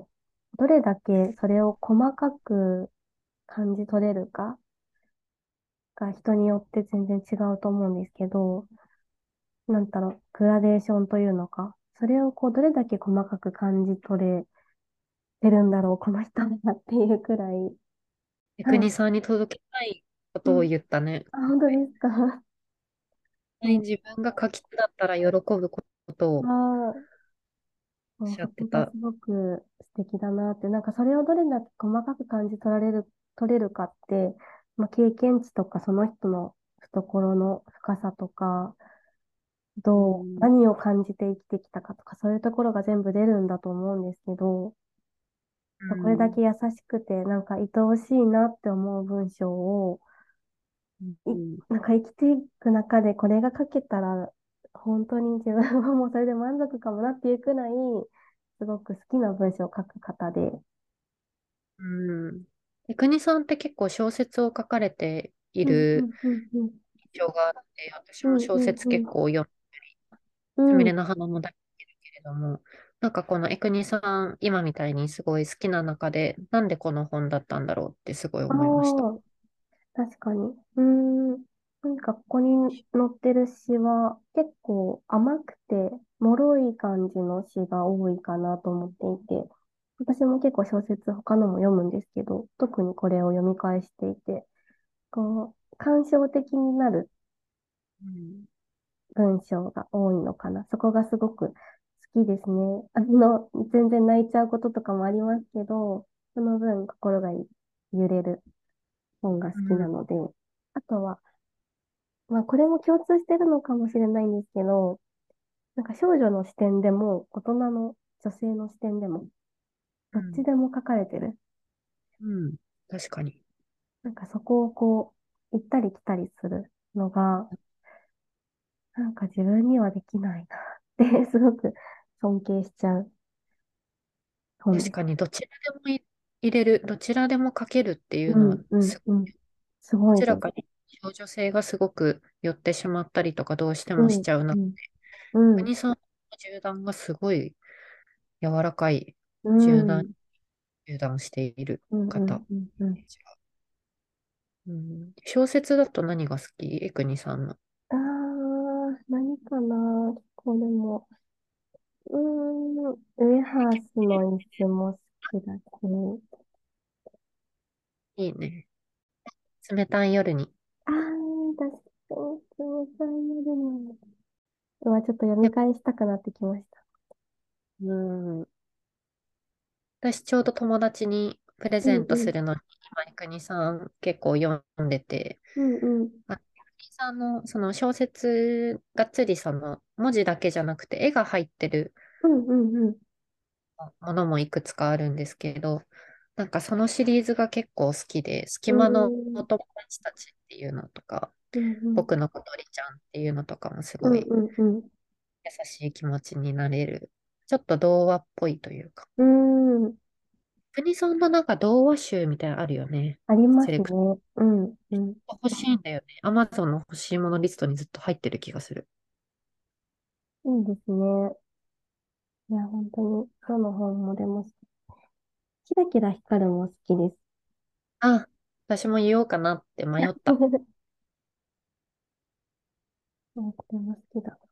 Speaker 2: どれだけそれを細かく感じ取れるかが人によって全然違うと思うんですけど、なんだろう、グラデーションというのか、それをこう、どれだけ細かく感じ取れてるんだろう、この人はっていうくらい、
Speaker 1: で、
Speaker 2: はい。
Speaker 1: 国さんに届けたいことを
Speaker 2: うん。
Speaker 1: 言ったね。
Speaker 2: あ、本当ですか？うん。
Speaker 1: 自分が書き手だったら喜ぶことをおっ
Speaker 2: ああ、もう
Speaker 1: しゃ
Speaker 2: そ
Speaker 1: ってた。
Speaker 2: こがすごく素敵だなって、なんかそれをどれだけ細かく感じ取られる、取れるかって、まあ、経験値とかその人の懐の深さとか、どう、
Speaker 1: うん。
Speaker 2: 何を感じて生きてきたかとか、そういうところが全部出るんだと思うんですけど、
Speaker 1: う
Speaker 2: これだけ
Speaker 1: ん。
Speaker 2: 優しくて、なんか愛おしいなって思う文章を、い、
Speaker 1: うん。
Speaker 2: なんか生きていく中でこれが書けたら、本当に自分はもうそれで満足かもなっていうくらい、すごく好きな文章を書く方で。
Speaker 1: うん。で、国さんって結構小説を書かれてい
Speaker 2: うんう
Speaker 1: る
Speaker 2: んうんうん。
Speaker 1: 印象があって、私
Speaker 2: うんう
Speaker 1: も小説
Speaker 2: んうん。
Speaker 1: 結構読む、すみ
Speaker 2: うん。
Speaker 1: れの花も大好きだけれども、なんかこの江国さん、今みたいにすごい好きな中で、なんでこの本だったんだろうってすごい
Speaker 2: あ
Speaker 1: 思いました。
Speaker 2: あ、確かに。うーん。何かここに載ってる詩は結構甘くて脆い感じの詩が多いかなと思っていて、私も結構小説他のも読むんですけど、特にこれを読み返していて、こう、感傷的になる
Speaker 1: うん。
Speaker 2: 文章が多いのかな。そこがすごく好きですね。あの、全然泣いちゃうこととかもありますけど、その分心が揺れる本が好きな
Speaker 1: うん。
Speaker 2: ので、あとは、まあこれも共通してるのかもしれないんですけど、なんか少女の視点でも、大人の女性の視点でも、どっち
Speaker 1: うん。
Speaker 2: でも書かれてる。
Speaker 1: うん。確かに。
Speaker 2: なんかそこをこう、行ったり来たりするのが、なんか自分にはできないなってすごく尊敬しちゃう本です。
Speaker 1: 確かに、どちらでもい入れる、どちらでも書けるっていうのは、
Speaker 2: うん、うん、
Speaker 1: す
Speaker 2: うん。す
Speaker 1: ど
Speaker 2: ごいです。
Speaker 1: ちらかに少女性がすごく寄ってしまったりとかどうしてもし
Speaker 2: うん、
Speaker 1: ちゃうな。
Speaker 2: うん、うん、
Speaker 1: 国さんの縦断がすごい柔らかい、
Speaker 2: う
Speaker 1: 柔軟、
Speaker 2: ん、
Speaker 1: 縦断している
Speaker 2: うん、う
Speaker 1: 方。
Speaker 2: ん、うん。うん。
Speaker 1: うん、小説だと何が好きえくにさんの？
Speaker 2: あー、何かな。これも、うーん、ウエハースの椅子も好きだし、
Speaker 1: いいね。冷たい夜に。
Speaker 2: あー、確かに、冷たい夜に。うわ、ちょっと読み
Speaker 1: で、
Speaker 2: 返したくなってきました。
Speaker 1: うん、私ちょうど友達にプレゼント
Speaker 2: うんうん、
Speaker 1: するのに、今、くにさん結構読んでて、
Speaker 2: うんうん、
Speaker 1: あ、くにさんのその小説がっつりその文字だけじゃなくて絵が入ってる
Speaker 2: うんうんうん、
Speaker 1: ものもいくつかあるんですけど、なんかそのシリーズが結構好きで、隙
Speaker 2: う
Speaker 1: 間のお
Speaker 2: ん、
Speaker 1: 友達たちっていうのとか、
Speaker 2: うんうん、
Speaker 1: 僕の小鳥ちゃんっていうのとかもす
Speaker 2: うん
Speaker 1: ごい
Speaker 2: うん
Speaker 1: 優しい気持ちになれる。ちょっと童話っぽいというか。
Speaker 2: うん、うん、
Speaker 1: 国さんのなんか童話集みたいなのあるよね。
Speaker 2: ありますね。
Speaker 1: セレクト
Speaker 2: うん、うん。
Speaker 1: 欲しいんだよね。アマゾンの欲しいものリストにずっと入ってる気がする。
Speaker 2: いいですね。いや、本当に、どの本もでも、キラキラ光るも好きです。
Speaker 1: あ、私も言おうかなって迷った。
Speaker 2: とても好きだ。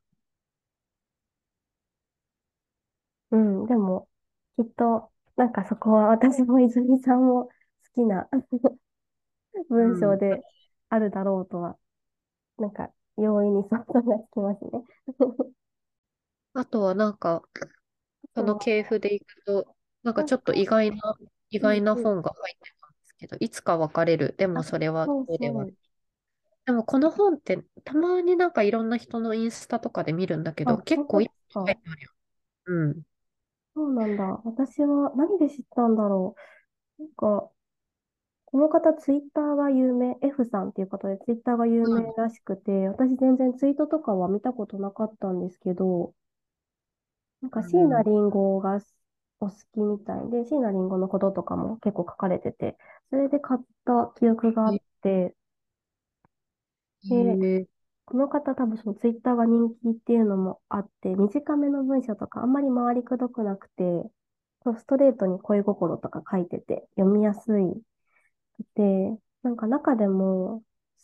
Speaker 2: うん、でも、きっと、なんかそこは私も泉さんも好きな文
Speaker 1: うん。
Speaker 2: 章であるだろうとは、なんか容易に想像がつきますね。
Speaker 1: あとはなんか、その
Speaker 2: あとは、
Speaker 1: 系譜でいくと、なんかちょっと
Speaker 2: なんか、
Speaker 1: 意外な、意外な
Speaker 2: うんうん。
Speaker 1: 本が入ってたんですけど、いつか別れる。で
Speaker 2: あ、
Speaker 1: もそれは
Speaker 2: そう
Speaker 1: そうでは。
Speaker 2: そう。
Speaker 1: でもこの本ってたまになんかいろんな人のインスタとかで見るんだけど、
Speaker 2: あ、
Speaker 1: 結構いい
Speaker 2: 本当ですか？
Speaker 1: の書いてあるよ。うん。
Speaker 2: そうなんだ。私は何で知ったんだろう。なんか、この方、ツイッターが有名、F さんっていう方でツイッターが有名らしくて、私全然ツイートとかは見たことなかったんですけど、なんか椎名
Speaker 1: うん。
Speaker 2: 林檎がお好きみたいで、椎名林檎のこととかも結構書かれてて、それで買った記憶があっ
Speaker 1: え
Speaker 2: て、で、
Speaker 1: えー
Speaker 2: この方多分そのツイッターが人気っていうのもあって、短めの文章とかあんまり回りくどくなくて、そうストレートに恋心とか書いてて読みやすいで、なんか中でも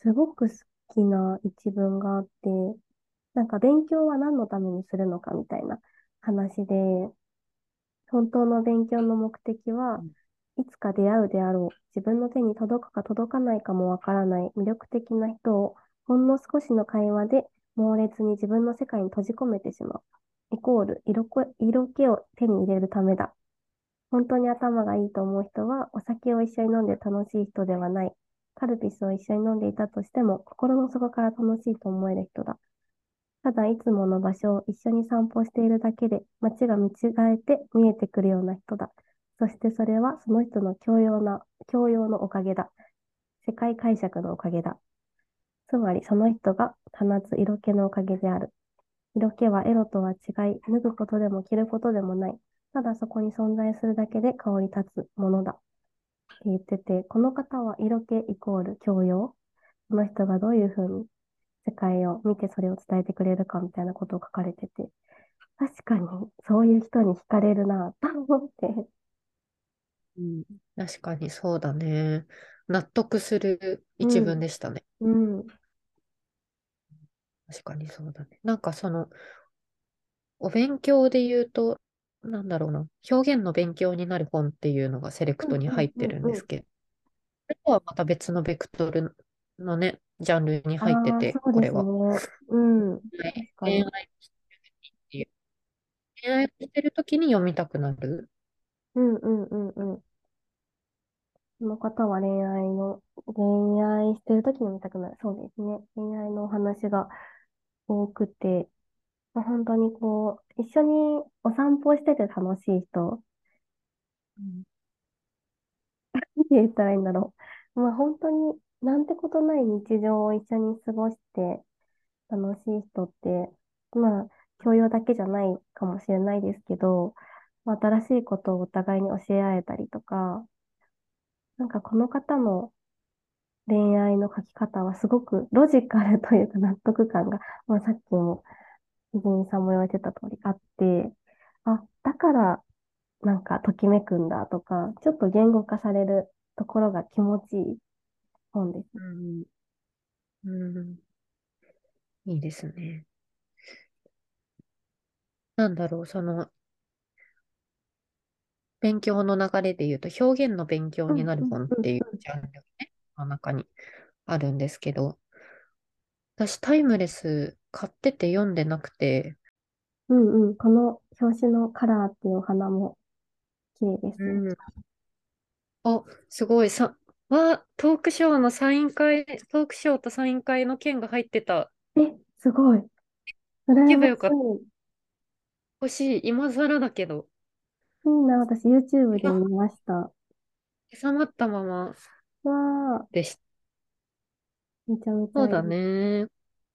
Speaker 2: すごく好きな一文があって、なんか勉強は何のためにするのかみたいな話で、本当の勉強の目的は、いつか出会うであろう、自分の手に届くか届かないかもわからない魅力的な人を、ほんの少しの会話で猛烈に自分の世界に閉じ込めてしまう。イコール、色こ、色気を手に入れるためだ。本当に頭がいいと思う人は、お酒を一緒に飲んで楽しい人ではない。カルピスを一緒に飲んでいたとしても、心の底から楽しいと思える人だ。ただいつもの場所を一緒に散歩しているだけで街が見違えて見えてくるような人だ。そしてそれはその人の教養な、教養のおかげだ。世界解釈のおかげだ。つまりその人が放つ色気のおかげである。色気はエロとは違い、脱ぐことでも着ることでもない。ただそこに存在するだけで香り立つものだ。って言ってて、この方は色気イコール教養。その人がどういうふうに世界を見てそれを伝えてくれるかみたいなことを書かれてて、確かにそういう人に惹かれるなと思って。
Speaker 1: うん、確かにそうだね。納得する一
Speaker 2: うん、
Speaker 1: 文でしたね。
Speaker 2: うん、うん、
Speaker 1: 確かにそうだね。なんかその、お勉強で言うと、なんだろうな、表現の勉強になる本っていうのがセレク
Speaker 2: うん、
Speaker 1: トに入って
Speaker 2: うん、うん。
Speaker 1: るんですけど、それとはまた別のベクトルのね、ジャンルに
Speaker 2: ああ、
Speaker 1: 入ってて、
Speaker 2: そうですね。
Speaker 1: これは。
Speaker 2: うん、
Speaker 1: はい、
Speaker 2: 確かに。
Speaker 1: 恋愛っていう、恋愛をしてるときに読みたくなる。
Speaker 2: うん、うん、うん、うん。この方は恋愛の、恋愛してる時に見たくなる。そうですね。恋愛のお話が多くて、まあ本当にこう、一緒にお散歩してて楽しい人、
Speaker 1: うん。
Speaker 2: って言ったらいいんだろう。まあ本当になんてことない日常を一緒に過ごして楽しい人って、まあ教養だけじゃないかもしれないですけど、まあ新しいことをお互いに教え合えたりとか、なんかこの方の恋愛の書き方はすごくロジカルというか納得感が、まあさっきも泉さんも言われてた通りあって、あ、だからなんかときめくんだとか、ちょっと言語化されるところが気持ちいい本です。
Speaker 1: うん。うん。いいですね。なんだろう、その、勉強の流れで言うと、表現の勉強に
Speaker 2: うんうん
Speaker 1: なる本っ
Speaker 2: うん
Speaker 1: ていうジャンルがね、の中にあるんですけど、私、タイムレス買ってて読んでなくて、
Speaker 2: うんうん。この表紙のカラーっていうお花も綺麗ですね。
Speaker 1: うん。あ、すごい、さ、わ、トークショーのサイン会、トークショーとサイン会の券が入ってた。
Speaker 2: え、すごい。羨まし
Speaker 1: 行けばよかった。
Speaker 2: い。
Speaker 1: 欲しい。今更だけど。
Speaker 2: いいな、私 YouTube で
Speaker 1: あ、
Speaker 2: 見ました。
Speaker 1: 収まったまま
Speaker 2: わあ、
Speaker 1: でした。
Speaker 2: めちゃめち
Speaker 1: そうだ
Speaker 2: ゃいい。
Speaker 1: ね。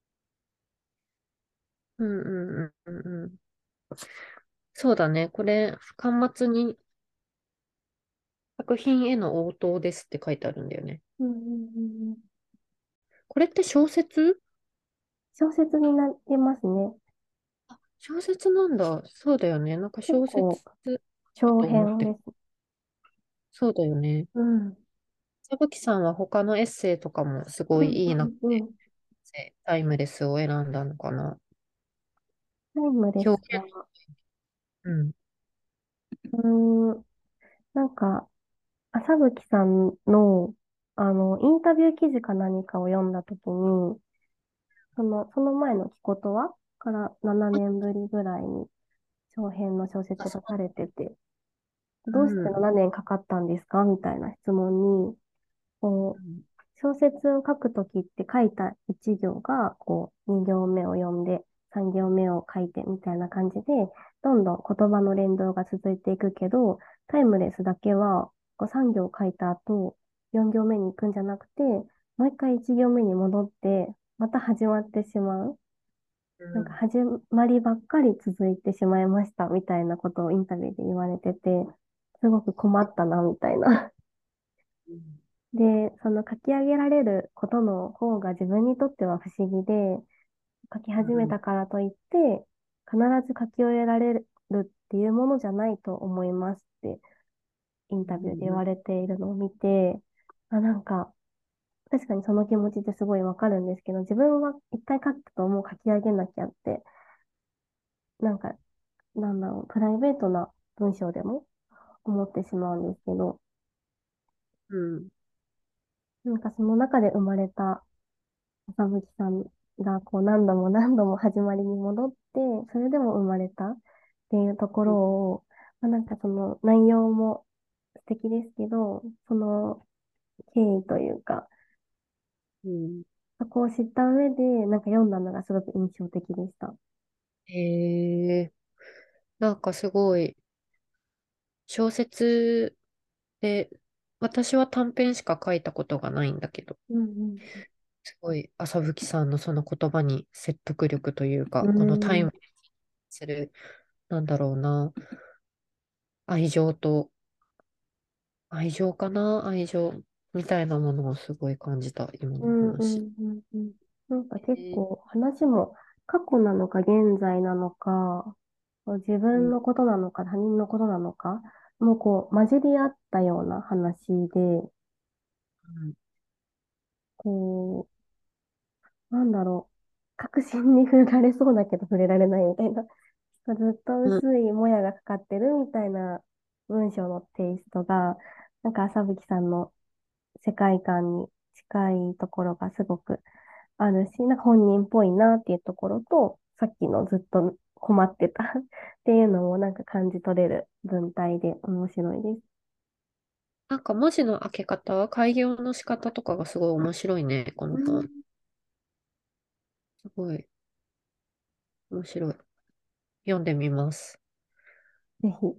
Speaker 1: うんうんうんうんうん。そうだね。これ、端末に作品への応答ですって書いてあるんだよね。
Speaker 2: うんうんうんうん。
Speaker 1: これって小説？
Speaker 2: 小説になってますね。
Speaker 1: あ、小説なんだ。そうだよね。なんか小説
Speaker 2: 結構
Speaker 1: だ
Speaker 2: 長
Speaker 1: と思って。
Speaker 2: 編です。
Speaker 1: そうだよね。
Speaker 2: うん。
Speaker 1: 佐吹さんは他のエッセイとかもすごい
Speaker 2: うん
Speaker 1: いいなっ
Speaker 2: うんうん。
Speaker 1: て、タイムレスを選んだのかな。
Speaker 2: タイムレス
Speaker 1: 表現。
Speaker 2: は、
Speaker 1: うん。
Speaker 2: うーん、なんか、朝吹さんの、あの、インタビュー記事か何かを読んだときに、その、その前のきことわからななねんぶりぐらいに長編の小
Speaker 1: あ、
Speaker 2: 説がされてて、
Speaker 1: う
Speaker 2: どうして
Speaker 1: ん。
Speaker 2: ななねんかかったんですかみたいな質問に、こう、
Speaker 1: うん。
Speaker 2: 小説を書くときって書いたいち行が、こう、に行目を読んで、さん行目を書いてみたいな感じで、どんどん言葉の連動が続いていくけど、タイムレスだけは、こうさん行書いた後、よん行目に行くんじゃなくて、もう一回いち行目に戻って、また始まってしまう。なんか
Speaker 1: うん。
Speaker 2: 始まりばっかり続いてしまいましたみたいなことをインタビューで言われてて、すごく困ったなみたいな。
Speaker 1: うん。
Speaker 2: で、その書き上げられることの方が自分にとっては不思議で、書き始めたからといって、必ず書き終えられるっていうものじゃないと思いますってイン
Speaker 1: うん。
Speaker 2: タビューで言
Speaker 1: うん。
Speaker 2: われているのを見て、あ、なんか確かにその気持ちってすごいわかるんですけど、自分は一回書くともう書き上げなきゃって、なんか、なんだろう、プライベートな文章でも思ってしまうんですけど、
Speaker 1: うん。
Speaker 2: なんかその中で生まれた朝吹さんがこう何度も何度も始まりに戻って、それでも生まれたっていうところを、まあ、なんかその内容も素敵ですけど、その経緯というか、
Speaker 1: うん。
Speaker 2: そこを知った上で、なんか読んだのがすごく印象的でした。
Speaker 1: へえ、なんかすごい、小説で、私は短編しか書いたことがないんだけど、
Speaker 2: うん
Speaker 1: すごい、朝吹さんのその言葉に説得力という
Speaker 2: う
Speaker 1: か、このタイ
Speaker 2: ん。うーん。
Speaker 1: ムにする、なんだろうな、愛情と、愛情かな、愛情みたいなものをすごい感じた、今の
Speaker 2: うんう
Speaker 1: 話。
Speaker 2: んうんうん。なんか結
Speaker 1: えー
Speaker 2: 構話も過去なのか現在なのか、自
Speaker 1: うん、
Speaker 2: 分のことなのか他人のことなのか、もうこう混じり合ったような話で、
Speaker 1: うん、
Speaker 2: こう、なんだろう、確信に触れられそうだけど触れられないみたいな、ずっと
Speaker 1: うん、
Speaker 2: 薄いもやがかかってるみたいな文章のテイストが、なんか朝吹さんの世界観に近いところがすごくあるし、なんか本人っぽいなっていうところと、さっきのずっと困ってたっていうのもなんか感じ取れる文体で面白いです。
Speaker 1: なんか文字の開け方、開業の仕方とかがすごい面白いね、この本。
Speaker 2: うん。
Speaker 1: すごい面白い。読んでみます。
Speaker 2: ぜひ。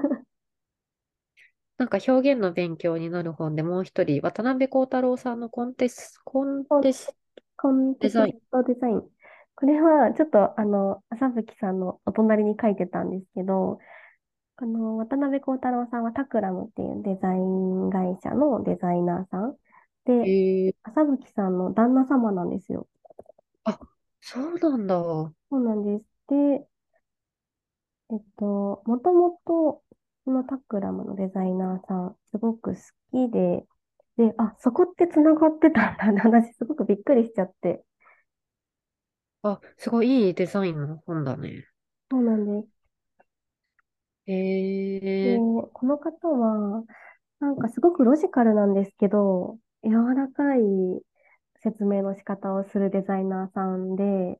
Speaker 1: なんか表現の勉強になる本でもう一人、渡辺幸太郎さんのコンテス、コン
Speaker 2: コン
Speaker 1: テス
Speaker 2: コンテクス
Speaker 1: デザイン。
Speaker 2: トデザイン。これはちょっとあの、朝吹さんのお隣に書いてたんですけど、あの、渡辺幸太郎さんはタクラムっていうデザイン会社のデザイナーさんで、
Speaker 1: えー、
Speaker 2: 朝吹さんの旦那様なんですよ。
Speaker 1: あ、そうなんだ。う
Speaker 2: そうなんです。で、えっと、もともと、そのタクラムのデザイナーさん、すごく好きで、で、あ、そこって繋がってたんだって話、すごくびっくりしちゃって。
Speaker 1: あ、すごいいいデザインの本だね。
Speaker 2: そうなんです。で、
Speaker 1: えー、
Speaker 2: この方は、なんかすごくロジカルなんですけど、柔らかい説明の仕方をするデザイナーさんで、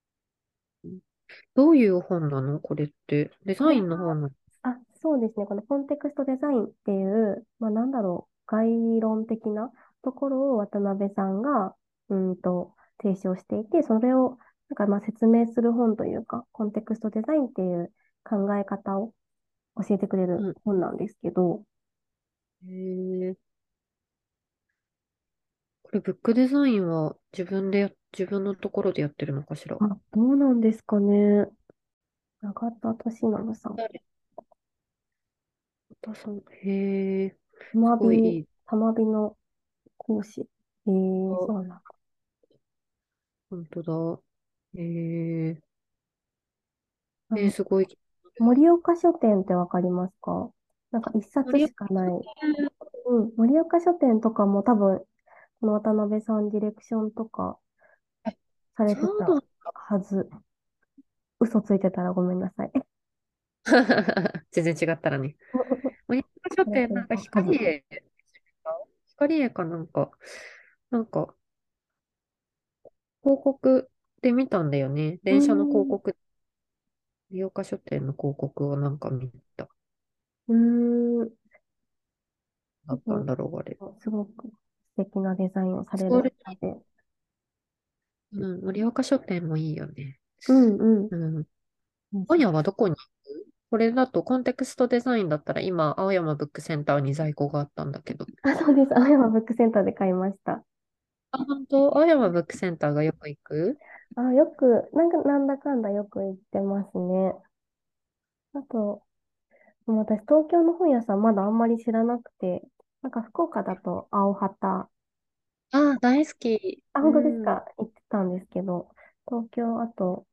Speaker 1: どういう本なのこれって。デザイ
Speaker 2: これは、
Speaker 1: ンの本なの？
Speaker 2: あ、そうですね、このコンテクストデザインっていう、まあなんだろう、概論的なところを渡辺さんが、うんと、提唱していて、それを、なんかまあ説明する本というか、コンテクストデザインっていう考え方を教えてくれる
Speaker 1: うん。
Speaker 2: 本なんですけど、
Speaker 1: えー、これブックデザインは自分でや、自分のところでやってるのかしら。
Speaker 2: あ、どうなんですかね。永田俊信さん。
Speaker 1: 誰田さん。へえ、
Speaker 2: たまび、
Speaker 1: すごいいい。
Speaker 2: たまびの講師。えー、
Speaker 1: あ、
Speaker 2: そうなんだ。
Speaker 1: 本当だ。へえ、
Speaker 2: あの、
Speaker 1: えー、すごい。
Speaker 2: 盛岡書店ってわかりますか？なんか一冊
Speaker 1: 森岡
Speaker 2: しかない。
Speaker 1: さん。
Speaker 2: うん、盛岡書店とかも多分、この渡辺さんディレクションとか
Speaker 1: あ、
Speaker 2: され
Speaker 1: そうな
Speaker 2: てた
Speaker 1: んだ。
Speaker 2: はず。嘘ついてたらごめんなさい。
Speaker 1: 全然違ったらね。森岡書店、
Speaker 2: されてる
Speaker 1: なんか
Speaker 2: はず。
Speaker 1: 光栄、光栄かなんか、なんか広告で見たんだよね。
Speaker 2: うー
Speaker 1: 電車の広
Speaker 2: ん、
Speaker 1: 告、盛岡書店の広告をなんか見た。
Speaker 2: うーん、
Speaker 1: だったん
Speaker 2: 多分、
Speaker 1: だろう、あれ。
Speaker 2: すごく素敵なデザインをされる
Speaker 1: それ、
Speaker 2: 方で。
Speaker 1: うん、盛岡書店もいいよね。
Speaker 2: うんうん。
Speaker 1: うん。
Speaker 2: ぜひ。
Speaker 1: 本屋はどこに行く？これだとコンテクストデザインだったら今、青山ブックセンターに在庫があったんだけど。
Speaker 2: あ、そうです。青山ブックセンターで買いました。
Speaker 1: あ、本当？青山ブックセンターがよく行く？
Speaker 2: あ、よく、なんか、なんだかんだよく行ってますね。あと、もう私、東京の本屋さんまだあんまり知らなくて、なんか福岡だと青旗、
Speaker 1: あ、大好き。
Speaker 2: あ、
Speaker 1: う
Speaker 2: 本当です
Speaker 1: ん。
Speaker 2: か？行ってたんですけど、東京、あと、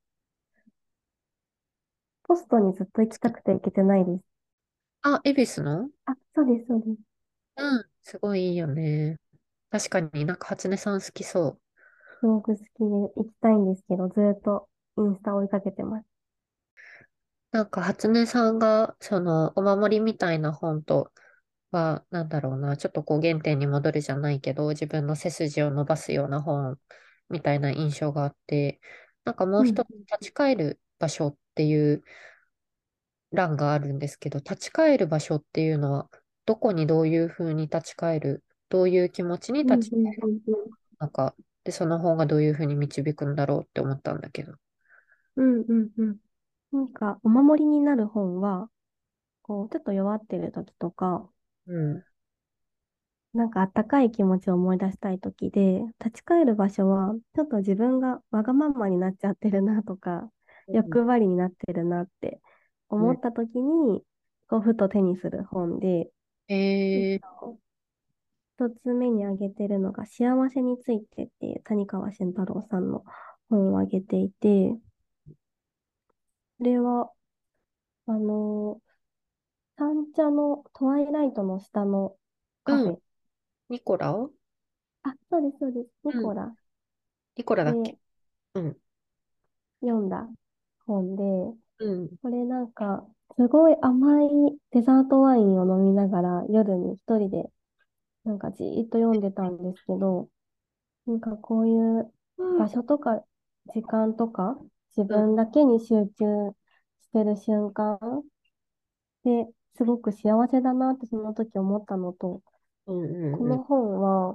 Speaker 2: ポストにずっと行きたくて行けてないです。
Speaker 1: あ、恵比寿の？
Speaker 2: あ、そうです、そうです。
Speaker 1: うん。すごいいいよね。 確かになんか初音さん好きそ
Speaker 2: すごく好きで行きたいんですけど、ずーっとインスタ追いかけてます。
Speaker 1: う。なんか初音さんが、その、お守りみたいな本とは、なんだろうな、ちょっとこう原点に戻るじゃないけど、自分の背筋を伸ばすような本みたいな印象があって、なんかもう
Speaker 2: うん。
Speaker 1: 一つ立ち返る場所っていう欄があるんですけど、立ち返る場所っていうのは、どこにどういうふうに立ち返る、どういう気持ちに
Speaker 2: うん、
Speaker 1: 立ち
Speaker 2: うん、うん、うん。
Speaker 1: のか、で、その本がどういうふうに導くんだろうって思ったんだけど。
Speaker 2: うん、うん、うん。なんか、お守りになる本は、こう、ちょっと弱ってる時とか、
Speaker 1: うん。
Speaker 2: なんかあったかい気持ちを思い出したい時で、立ち返る場所は、ちょっと自分がわがままになっちゃってるなとか、
Speaker 1: うん。
Speaker 2: 欲張りになってるなって
Speaker 1: うん。
Speaker 2: 思った時に、こう、ふと手にする本で、えっ
Speaker 1: えー、
Speaker 2: と、一つ目に挙げてるのが、幸せについてっていう谷川俊太郎さんの本を挙げていて、これは、あの三茶のトワイライトの下のカ
Speaker 1: うん。
Speaker 2: フェ。
Speaker 1: ニコラ
Speaker 2: あ、そうです、そうです。ニ
Speaker 1: うん。
Speaker 2: コラ
Speaker 1: ニコラだっけ？
Speaker 2: で
Speaker 1: うん。
Speaker 2: 読んだ本で、
Speaker 1: うん。
Speaker 2: これなんか、すごい甘いデザートワインを飲みながら夜に一人でなんかじーっと読んでたんですけど、なんかこういう場所とか時間とか自
Speaker 1: うん。
Speaker 2: 分だけに集中してる瞬間ですごく幸せだなってその時思ったのと、
Speaker 1: うん。うん。うん。
Speaker 2: この本は、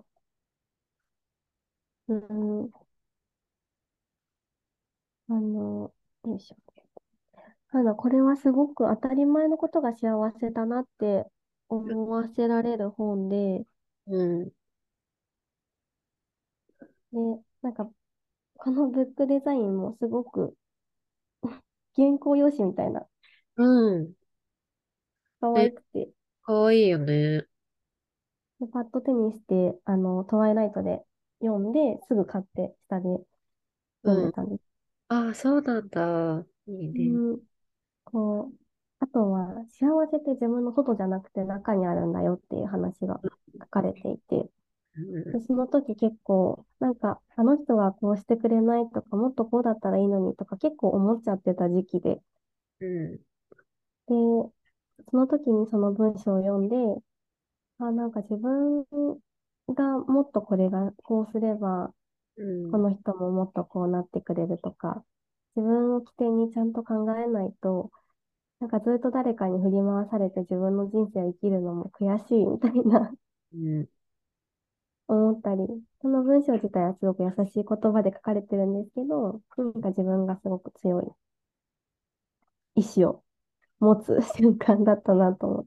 Speaker 2: うん、あの、よいしょ。ただこれはすごく当たり前のことが幸せだなって思わせられる本で、
Speaker 1: うん。
Speaker 2: で、なんかこのブックデザインもすごく原稿用紙みたいな、
Speaker 1: うん。
Speaker 2: 可愛
Speaker 1: ね、
Speaker 2: くて、
Speaker 1: かわいいよね。
Speaker 2: でパッと手にして、あの、トワイライトで読んで、すぐ買って下で読ん
Speaker 1: うん。
Speaker 2: でたんです。
Speaker 1: ああ、そうなんだ。いいね。
Speaker 2: うん、こう、あとは、幸せって自分の外じゃなくて中にあるんだよっていう話が書かれていて、で、
Speaker 1: うん。
Speaker 2: その時結構、なんか、あの人はこうしてくれないとか、もっとこうだったらいいのにとか結構思っちゃってた時期で、
Speaker 1: うん。
Speaker 2: で、その時にその文章を読んで、あ、なんか自分がもっとこれがこうすれば、
Speaker 1: うん。
Speaker 2: この人ももっとこうなってくれるとか、自分を起点にちゃんと考えないと、なんかずっと誰かに振り回されて自分の人生を生きるのも悔しいみたいな
Speaker 1: うん。
Speaker 2: 思ったり、その文章自体はすごく優しい言葉で書かれてるんですけど、なんか自分がすごく強い意志を持つ瞬間だったなと思って。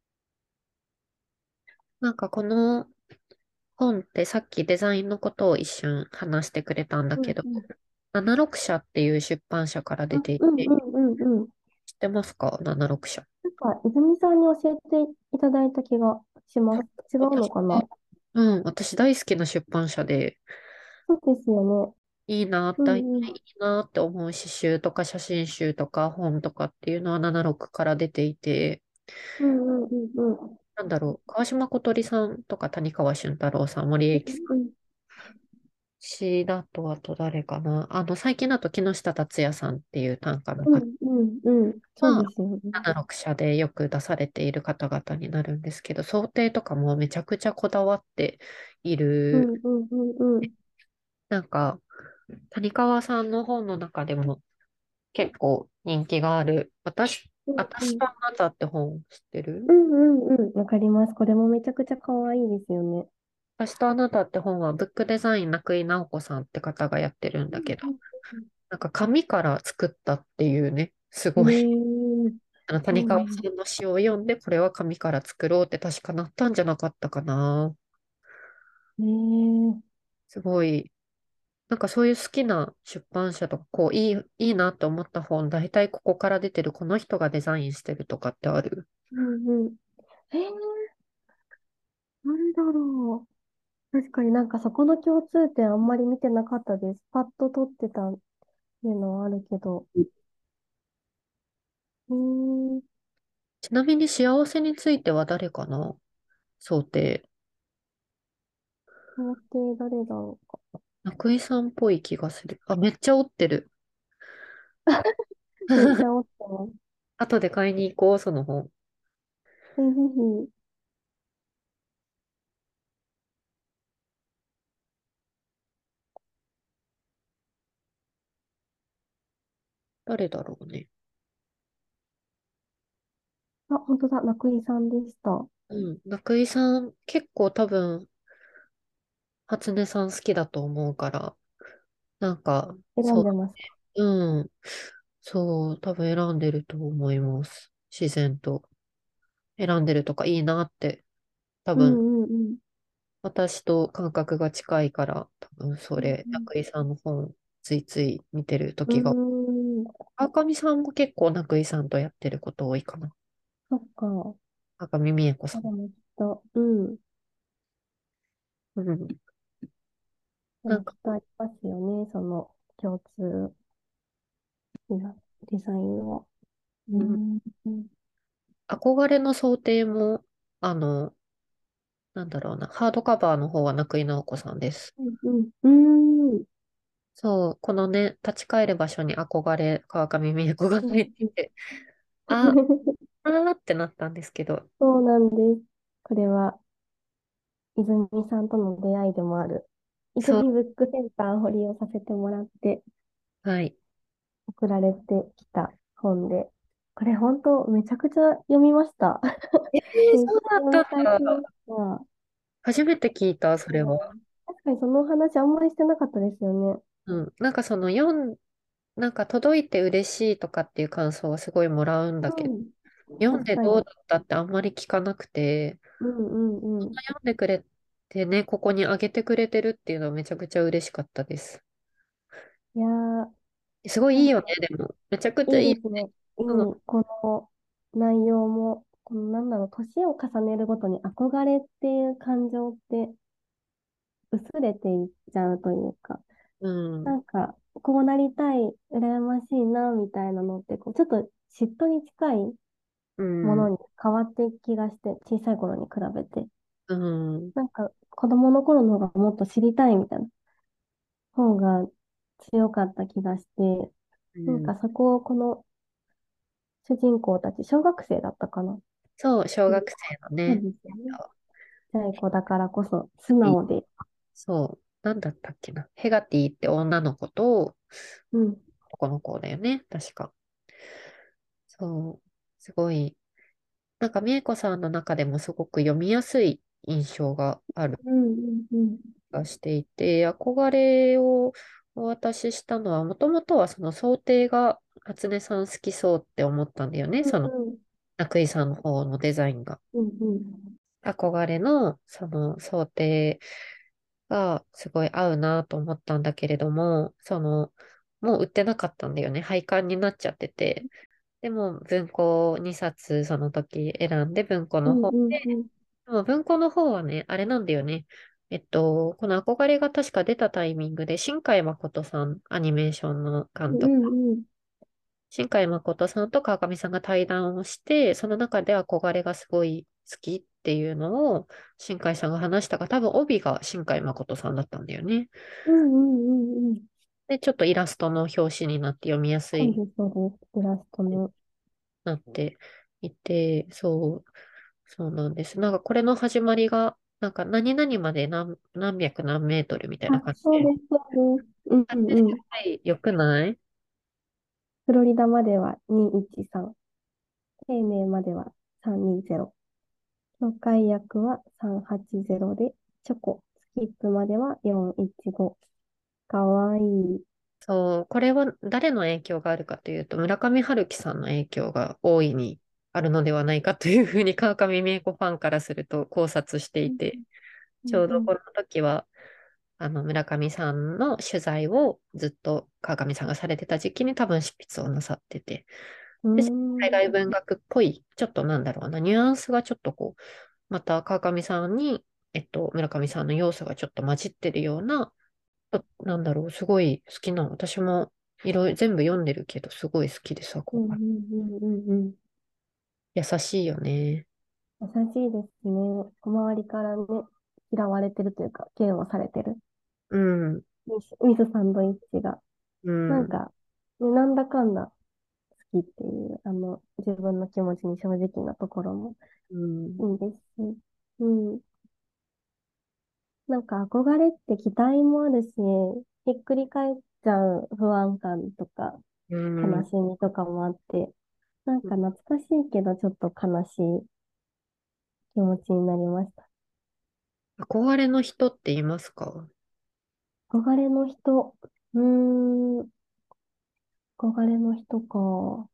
Speaker 1: なんかこの本ってさっきデザインのことを一瞬話してくれたんだけど、
Speaker 2: うんうん。
Speaker 1: ななじゅうろく社っていう出版社から
Speaker 2: あ、
Speaker 1: 出ていて、
Speaker 2: うんうんうんうん。
Speaker 1: 知ってますか？ ななじゅうろく 社。
Speaker 2: なんか、泉さんに教えていただいた気がします。違うの
Speaker 1: 私、
Speaker 2: かな？
Speaker 1: うん、私大好きな出版社で、
Speaker 2: そうですよね。
Speaker 1: いいな、
Speaker 2: う
Speaker 1: 大
Speaker 2: んうん。
Speaker 1: 体いいなって思う詩集とか写真集とか本とかっていうのはななじゅうろくから出ていて、
Speaker 2: うんうんうんうん。
Speaker 1: なんだろう、川島小鳥さんとか谷川俊太郎さん、森
Speaker 2: う
Speaker 1: 英樹さん、
Speaker 2: んうん
Speaker 1: 詩だとあと誰かな。あの、最近だと木下達也さんっていう短歌の方
Speaker 2: うんうんうん。そう
Speaker 1: は、
Speaker 2: ですよね。
Speaker 1: ななじゅうろく社でよく出されている方々になるんですけど、想定とかもめちゃくちゃこだわっている。
Speaker 2: うんうんうんうん。
Speaker 1: なんか、谷川さんの本の中でも結構人気がある、私、
Speaker 2: うんうん
Speaker 1: 私とあなたって本知ってる？
Speaker 2: うんうんうん。わかります。これもめちゃくちゃ可愛いですよね。
Speaker 1: 私とあなたって本はブックデザイン中井直子さんって方がやってるんだけど、
Speaker 2: うんうん
Speaker 1: なんか紙から作ったっていうね、す
Speaker 2: うん。
Speaker 1: ごい、
Speaker 2: えー、
Speaker 1: あの谷川
Speaker 2: そうなんだ。
Speaker 1: さんの詩を読んで、これは紙から作ろうって確かなったんじゃなかったかな。
Speaker 2: えー、
Speaker 1: すごい、なんかそういう好きな出版社とか、こう、いい、いいなと思った本、大体ここから出てるこの人がデザインしてるとかってある？
Speaker 2: うんうん。えー、なんだろう。確かになんかそこの共通点あんまり見てなかったです。パッと撮ってたっていうのはあるけど。えー、
Speaker 1: ちなみに幸せについては誰かな？想定。
Speaker 2: 想定誰だろうか。
Speaker 1: 涌井さんっぽい気がする。あ、めっちゃ折ってる。
Speaker 2: めっちゃ思ってます。
Speaker 1: 後で買いに行こう、その本。
Speaker 2: ぜひ、
Speaker 1: 誰だろうね。
Speaker 2: あ、本当だ、涌井さんでした。
Speaker 1: うん。涌井さん、結構多分、初音さん好きだと思うから、なんか、
Speaker 2: 選
Speaker 1: そう、
Speaker 2: んでますか？
Speaker 1: うん。そう、多分選んでると思います。自然と。選んでるとかいいなって、多
Speaker 2: う
Speaker 1: 分、
Speaker 2: んうん
Speaker 1: 私と感覚が近いから、多分そ
Speaker 2: うん。
Speaker 1: れ、涌井さんの本、ついつい見てる
Speaker 2: う
Speaker 1: 時が。
Speaker 2: ん。うーん、
Speaker 1: 川上さんも結構涌井さんとやってること多いかな。
Speaker 2: そっか。
Speaker 1: 川上美恵子さん。
Speaker 2: あでもきっと、うん。
Speaker 1: うん。
Speaker 2: で
Speaker 1: なんか、
Speaker 2: もきっとありますよね、その共通デザデザインは。う
Speaker 1: うん、
Speaker 2: ん。うん
Speaker 1: 憧れの想定も、あの、なんだろうな、ハードカバーの方は涌井直子さんです。
Speaker 2: うんうん。うーん。
Speaker 1: そう、このね、立ち返る場所に憧れ、川上美恵子が
Speaker 2: うん
Speaker 1: 入って
Speaker 2: うん。
Speaker 1: て、あ、あーってなったんですけど、
Speaker 2: そうなんです。これは、泉さんとの出会いでもある。
Speaker 1: そう、
Speaker 2: 泉ブックセンター掘りをさせてもらって、
Speaker 1: はい。
Speaker 2: 送られてきた本で、これ本当めちゃくちゃ読みました。
Speaker 1: えー、
Speaker 2: めっち
Speaker 1: そうだ
Speaker 2: ゃ読み
Speaker 1: ったんだ。
Speaker 2: 返しました。
Speaker 1: 初めて聞いた、それは。
Speaker 2: うん、確かにそのお話あんまりしてなかったですよね。
Speaker 1: うん。なんかその、読ん、なんか届いて嬉しいとかっていう感想はすごいもらうんだけど、
Speaker 2: うん。
Speaker 1: 読んで
Speaker 2: 確かに。
Speaker 1: どうだったってあんまり聞かなくて、
Speaker 2: うんうんうん。
Speaker 1: 読んでくれてね、ここにあげてくれてるっていうのはめちゃくちゃ嬉しかったです。
Speaker 2: いやー、
Speaker 1: すごいいいよね、
Speaker 2: なんか、
Speaker 1: でも。めちゃくちゃいい。
Speaker 2: いいですね。いい。
Speaker 1: その、
Speaker 2: この内容も、このなんだろう、年を重ねるごとに憧れっていう感情って薄れていっちゃうというか、
Speaker 1: うん、
Speaker 2: なんか、こうなりたい、羨ましいな、みたいなのって、こう、ちょっと嫉妬に近い
Speaker 1: うん、
Speaker 2: ものに変わっていく気がして、小さい頃に比べて。
Speaker 1: うん、
Speaker 2: なんか、子供の頃の方がもっと知りたいみたいな方が強かった気がして、なん
Speaker 1: うん。
Speaker 2: かそこをこの主人公たち、小学生だったかな。
Speaker 1: そう、小
Speaker 2: うん、
Speaker 1: 学生の
Speaker 2: そう
Speaker 1: ね。
Speaker 2: ですよね。ちっちゃい子だからこそ素直で。
Speaker 1: そう、なんだったっけな。ヘガティって女の子と
Speaker 2: うん。
Speaker 1: 男の子だよね、確か。そう、すごい。なんか、美恵子さんの中でもすごく読みやすい印象がある
Speaker 2: うんうんうん。
Speaker 1: 気がしていて、憧れをお渡ししたのは、もともとはその想定が初音さん好きそうって思ったんだよね、その、
Speaker 2: うん
Speaker 1: 涌井さんの方のデザインが。
Speaker 2: うんうん
Speaker 1: 憧れのその想定がすごい合うなと思ったんだけれども、その、もう売ってなかったんだよね。廃刊になっちゃってて。でも文庫にさつその時選んで文庫
Speaker 2: うん
Speaker 1: の方。
Speaker 2: うんうん
Speaker 1: でも文庫の方はね、あれなんだよね。えっと、この憧れが確か出たタイミングで、新海誠さん、アニメーションの監督、
Speaker 2: うんうん
Speaker 1: 新海誠さんと川上さんが対談をして、その中で憧れがすごい好きっていうのを、新海さんが話したが、多分帯が新海誠さんだったんだよね。
Speaker 2: うんうんうん。
Speaker 1: で、ちょっとイラストの表紙になって読みやすい、
Speaker 2: そうです、そうです。イラストの。
Speaker 1: なっていて、そう、そうなんです。なんかこれの始まりが、なんか何々まで何、何百何メートルみたいな
Speaker 2: あ、
Speaker 1: 感じで。
Speaker 2: そうです、そうです。うん
Speaker 1: あ、
Speaker 2: うんうん。
Speaker 1: はい、よくない？
Speaker 2: フロリダまではにいちさん、丁寧まではさんにゼロ、境界約はさんはちゼロで、チョコ、スキップまではよんいちご。かわいい。
Speaker 1: そう、これは誰の影響があるかというと、村上春樹さんの影響が大いにあるのではないかというふうに川上美恵子ファンからすると考察して
Speaker 2: うん
Speaker 1: いて、
Speaker 2: うんうん
Speaker 1: ちょうどこの時は、あの、村上さんの取材をずっと川上さんがされてた時期に多分執筆をなさってて、
Speaker 2: う
Speaker 1: で、
Speaker 2: ん。うーん。
Speaker 1: 海外文学っぽい、ちょっとなんだろうな、ニュアンスがちょっとこう、また川上さんに、えっと、村上さんの要素がちょっと混じってるような、となんだろう、すごい好きなの。私もいろいろ全部読んでるけど、すごい好きでさ、
Speaker 2: うんう
Speaker 1: ここ。
Speaker 2: んうんうん。
Speaker 1: 優しいよね。
Speaker 2: 優しいですね。お周りからね、 嫌われてるというか、嫌悪されてる。
Speaker 1: うん、
Speaker 2: ミス、ミスサンドイッチが。
Speaker 1: うん、
Speaker 2: なんか、ねなんだかんだ好きっていう、あの、自分の気持ちに正直なところも
Speaker 1: うん、
Speaker 2: いいですし。うん。なんか憧れって期待もあるし、ひっくり返っちゃう不安感とか、
Speaker 1: うん。
Speaker 2: 悲しみとかもあって、なんか懐かしいけどちょっと悲しい気持ちになりました。
Speaker 1: 憧れの人っていますか？
Speaker 2: 憧れの人、うーん、憧れの人か。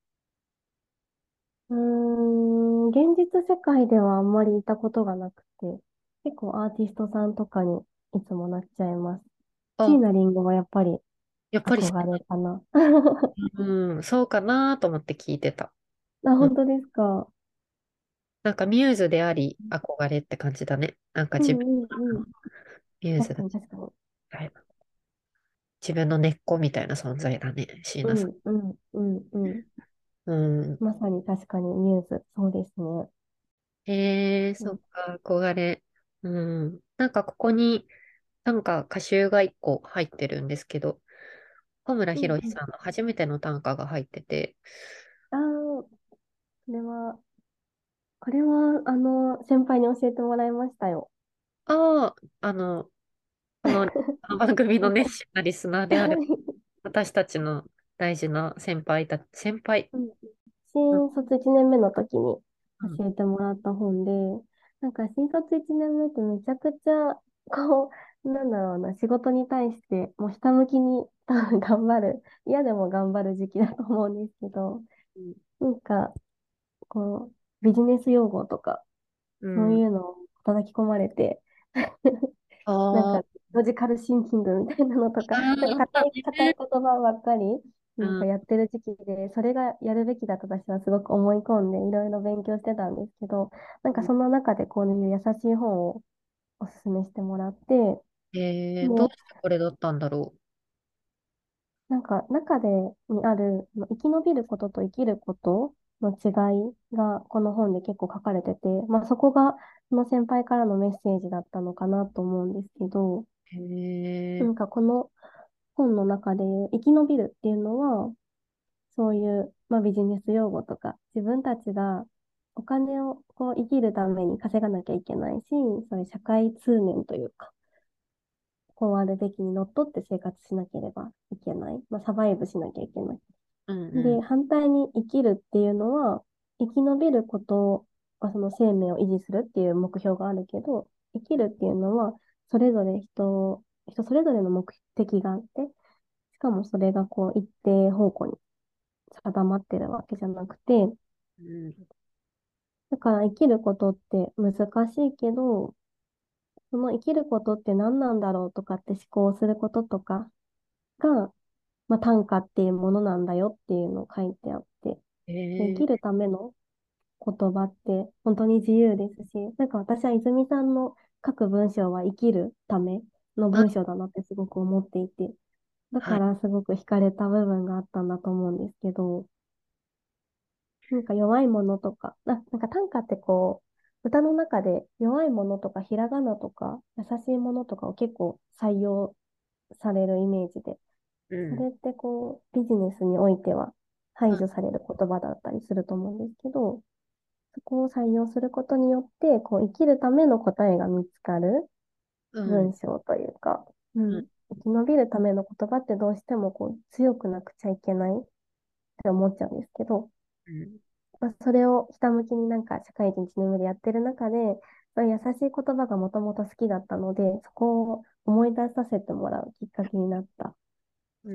Speaker 2: うーん、現実世界ではあんまりいたことがなくて、結構アーティストさんとかにいつもなっちゃいます。椎
Speaker 1: あ、
Speaker 2: 名林檎はやっぱり
Speaker 1: やっぱりそ
Speaker 2: 憧れかな。
Speaker 1: う、うん、そうかなと思って聞いてた。
Speaker 2: あ、
Speaker 1: うん、
Speaker 2: 本当ですか。
Speaker 1: なんかミューズであり、憧れって感じだね。なんか自分
Speaker 2: うんうんうん。
Speaker 1: のミューズだ。
Speaker 2: 確かに確かに。
Speaker 1: はい、自分の根っこみたいな存在だね、椎名さ
Speaker 2: うんうんうんうん。
Speaker 1: ん。うん。
Speaker 2: まさに確かにニュース。そうですね。
Speaker 1: えー、
Speaker 2: うん
Speaker 1: そっか、憧れ。うん。なんかここに、なんか歌集が一個入ってるんですけど、小村
Speaker 2: うんうん。
Speaker 1: 博さんの初めての短歌が入ってて、
Speaker 2: ああ、これは、これは、あの、先輩に教えてもらいましたよ。
Speaker 1: ああ、あの、この、この番組の熱心なリスナーである私たちの大事な先輩た、先輩。
Speaker 2: うん
Speaker 1: うん、
Speaker 2: 新卒いちねんめの時に
Speaker 1: うん、
Speaker 2: 教えてもらった本で、なんか新卒いちねんめってめちゃくちゃ、こう、なんだろうな、仕事に対してもうひたむきに多分頑張る、嫌でも頑張る時期だと思うんですけど、
Speaker 1: うん、
Speaker 2: なんか、こう、ビジネス用語とか、そう
Speaker 1: うん。
Speaker 2: いうのを叩き込まれて、なんか、
Speaker 1: ああ、
Speaker 2: ロジカルシンキングみたいなのとか、
Speaker 1: あ
Speaker 2: なんか硬い、
Speaker 1: ったね。
Speaker 2: 硬い言葉ばっかり、なんか
Speaker 1: うん、
Speaker 2: やってる時期で、それがやるべきだと私はすごく思い込んで、いろいろ勉強してたんですけど、なんかその中でこういう優しい本をおすすめしてもらって、
Speaker 1: えー、どう
Speaker 2: で、
Speaker 1: してこれだったんだろ
Speaker 2: なんか中でにある、まあ生き延びることと生きることの違いがこの本で結構書かれてて、まあそこがその先輩からのメッセージだったのかなと思うんですけど、
Speaker 1: う。へえ、
Speaker 2: なんかこの本の中で言う生き延びるっていうのは、そういう、まあ、ビジネス用語とか、自分たちがお金をこう生きるために稼がなきゃいけないし、そういう社会通念というか、こうあるべきにのっとって生活しなければいけない。まあ、サバイブしなきゃいけない。
Speaker 1: うんう
Speaker 2: で、
Speaker 1: ん、
Speaker 2: 反対に生きるっていうのは、生き延びることはその生命を維持するっていう目標があるけど、生きるっていうのは、それぞれ人、人それぞれの目的があって、しかもそれがこう一定方向に定まってるわけじゃなくて、
Speaker 1: うん、
Speaker 2: だから生きることって難しいけど、その生きることって何なんだろうとかって思考することとかが、まあ、短歌っていうものなんだよっていうのを書いてあって、
Speaker 1: へ
Speaker 2: で生きる
Speaker 1: え、
Speaker 2: ための言葉って本当に自由ですし、なんか私は泉さんの書く文章は生きるための
Speaker 1: あ、
Speaker 2: 文章だなってすごく思っていて、だ
Speaker 1: はい、
Speaker 2: からすごく惹かれた部分があったんだと思うんですけど、なんか弱いものとか、な、なんか短歌ってこう、歌の中で弱いものとかひらがなとか優しいものとかを結構採用されるイメージで、
Speaker 1: うん、
Speaker 2: それってこう、ビジネスにおいては排
Speaker 1: あ、
Speaker 2: 除される言葉だったりすると思うんですけど、そこを採用することによって、こう、生きるための答えが見つかる
Speaker 1: うん、
Speaker 2: 文章というか、う
Speaker 1: うん、
Speaker 2: ん、生き延びるための言葉ってどうしてもこう、強くなくちゃいけないって思っちゃうんですけど、
Speaker 1: うん、
Speaker 2: まあ、それをひたむきになんか社会人いちねんめでやってる中で、そういう優しい言葉がもともと好きだったので、そこを思い出させてもらうきっかけになった。
Speaker 1: うん、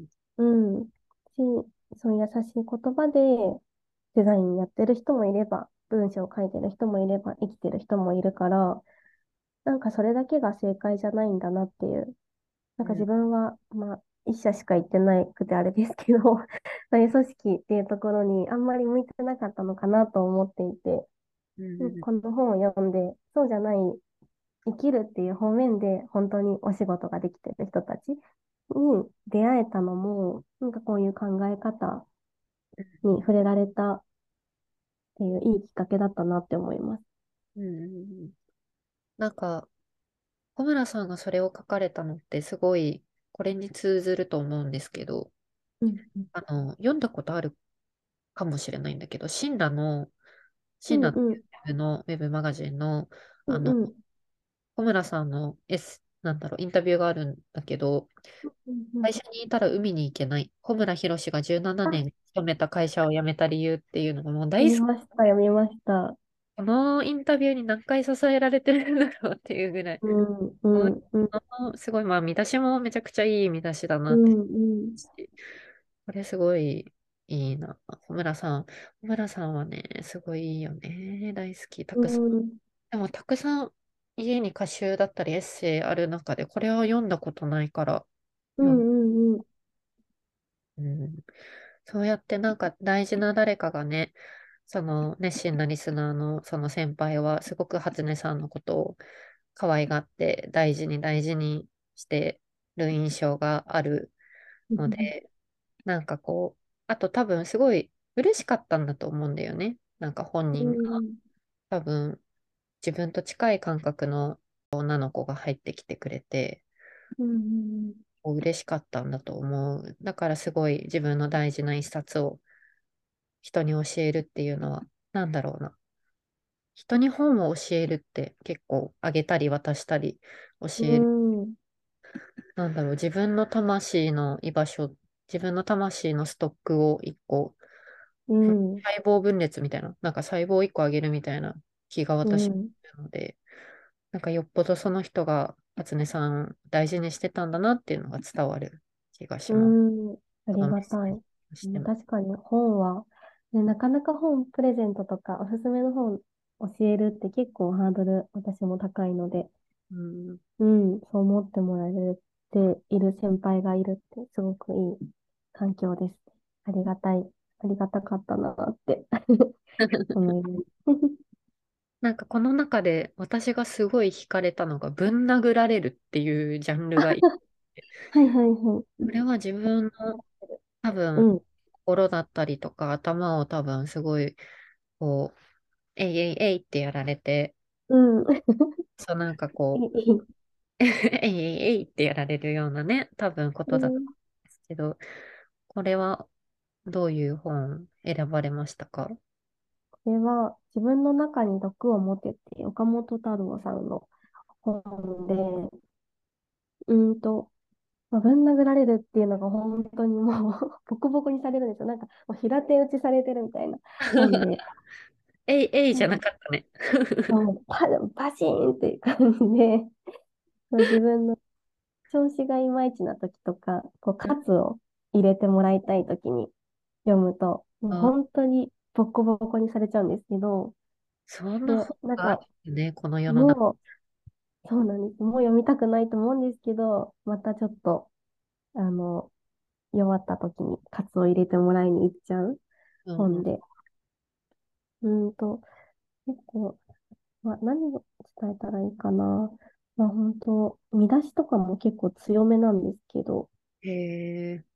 Speaker 2: うん。し、そういう優しい言葉でデザインやってる人もいれば、文章を書いてる人もいれば、生きてる人もいるから、なんかそれだけが正解じゃないんだなっていう。なんか自
Speaker 1: うん、
Speaker 2: 分は、まあ、一社しか行ってないくてあれですけど、そういう組織っていうところにあんまり向いてなかったのかなと思っていて、
Speaker 1: うん、
Speaker 2: うんこの本を読んで、そうじゃない生きるっていう方面で本当にお仕事ができてる人たちに出会えたのも、なんかこういう考え方に触れられたっていういいきっかけだったなって思います。
Speaker 1: うん。 なんか、小村さんがそれを書かれたのってすごい、これに通ずると思うんですけど、
Speaker 2: うん、うん、
Speaker 1: あの、読んだことあるかもしれないんだけど、シンラの、シンラの
Speaker 2: うん、うん、
Speaker 1: ウェブの、ウェブマガジンの、あの、
Speaker 2: うん、
Speaker 1: 小村さんのエス、なんだろう、インタビューがあるんだけど、
Speaker 2: うん、うん。
Speaker 1: 会社にいたら海に行けない。小村博がじゅうななねん
Speaker 2: あ、
Speaker 1: 勤めた会社を辞めた理由っていうのがもう
Speaker 2: 読
Speaker 1: 大好き。
Speaker 2: みました、読みました。
Speaker 1: このインタビューに何回支えられてるんだろうっていうぐらい。
Speaker 2: うん、う
Speaker 1: こ
Speaker 2: ん、うん、
Speaker 1: のすごい、まあ見出しもめちゃくちゃいい見出しだなって。
Speaker 2: うん、うん、
Speaker 1: これすごいいいな。小村さん。小村さんはね、すごいいいよね。大好き。た
Speaker 2: う
Speaker 1: くさん。
Speaker 2: ん、
Speaker 1: でもたくさん家に歌集だったりエッセイある中で、これは読んだことないから
Speaker 2: うん、
Speaker 1: 読ん
Speaker 2: うん、うん、
Speaker 1: うん、そうやってなんか大事な誰かがね、その熱心なリスナーのその先輩はすごく初音さんのことを可愛がって大事に大事にしてる印象がある
Speaker 2: うん、
Speaker 1: ので、なんかこう、あと多分すごい嬉しかったんだと思うんだよね。なんか本
Speaker 2: う
Speaker 1: 人が
Speaker 2: ん、
Speaker 1: 多分自分と近い感覚の女の子が入ってきてくれて、
Speaker 2: うん、
Speaker 1: 嬉しかったんだと思う。だからすごい自分の大事な一冊を人に教えるっていうのは、なんだろうな。人に本を教えるって結構あげたり渡したり教える。
Speaker 2: うん、うん、
Speaker 1: なんだろう、自分の魂の居場所、自分の魂のストックを一個、
Speaker 2: うん、
Speaker 1: 細胞分裂みたいな、なんか細胞を一個あげるみたいな気が私に
Speaker 2: うん、
Speaker 1: あるので、なんかよっぽどその人が初音さん大事にしてたんだなっていうのが伝わる気がします。
Speaker 2: うん、あり
Speaker 1: このメッ
Speaker 2: がたい。
Speaker 1: セージとし
Speaker 2: うん、
Speaker 1: ても。
Speaker 2: 確かに本は、ね、なかなか本プレゼントとかおすすめの本教えるって結構ハードル私も高いので、
Speaker 1: うん。
Speaker 2: うん、そう思ってもらえている先輩がいるってすごくいい環境です。ありがたい、ありがたかったなって思います。
Speaker 1: なんかこの中で私がすごい惹かれたのが、ぶん殴られるっていうジャンルがいて、
Speaker 2: はいはいはい。
Speaker 1: これは自分の多分
Speaker 2: うん、
Speaker 1: 心だったりとか頭を多分すごいこう、えいえいえいってやられて、
Speaker 2: うん。
Speaker 1: そうなんかこう、
Speaker 2: いい。
Speaker 1: えいえいえいってやられるようなね、多分ことだと思うん
Speaker 2: うん、
Speaker 1: ですけど、これはどういう本選ばれましたか？
Speaker 2: これは自分の中に毒を持てっていう岡本太郎さんの本で、うーんと、まあ、ぶん殴られるっていうのが本当にもうボコボコにされるんですよ。なんかもう平手打ちされてるみたいな本で、
Speaker 1: えいえいじゃな
Speaker 2: なんか
Speaker 1: かったね。
Speaker 2: もうパ、バシーンっていう感じで、そう自分の調子がいまいちな時とか、こう、喝を入れてもらいたい時に読むと、もう
Speaker 1: あ、
Speaker 2: 本当にボコボコにされちゃうんですけど、で、
Speaker 1: そんな本がある
Speaker 2: なんか、
Speaker 1: よね、この世の中。
Speaker 2: もう、そうなんです。もう読みたくないと思うんですけど、またちょっと、あの、弱った時にカツを入れてもらいに行っちゃう
Speaker 1: うんうん。
Speaker 2: 本で。うーんと、結構、まあ、何を伝えたらいいかな。まあ本当、見出しとかも結構強めなんですけど、
Speaker 1: へえ。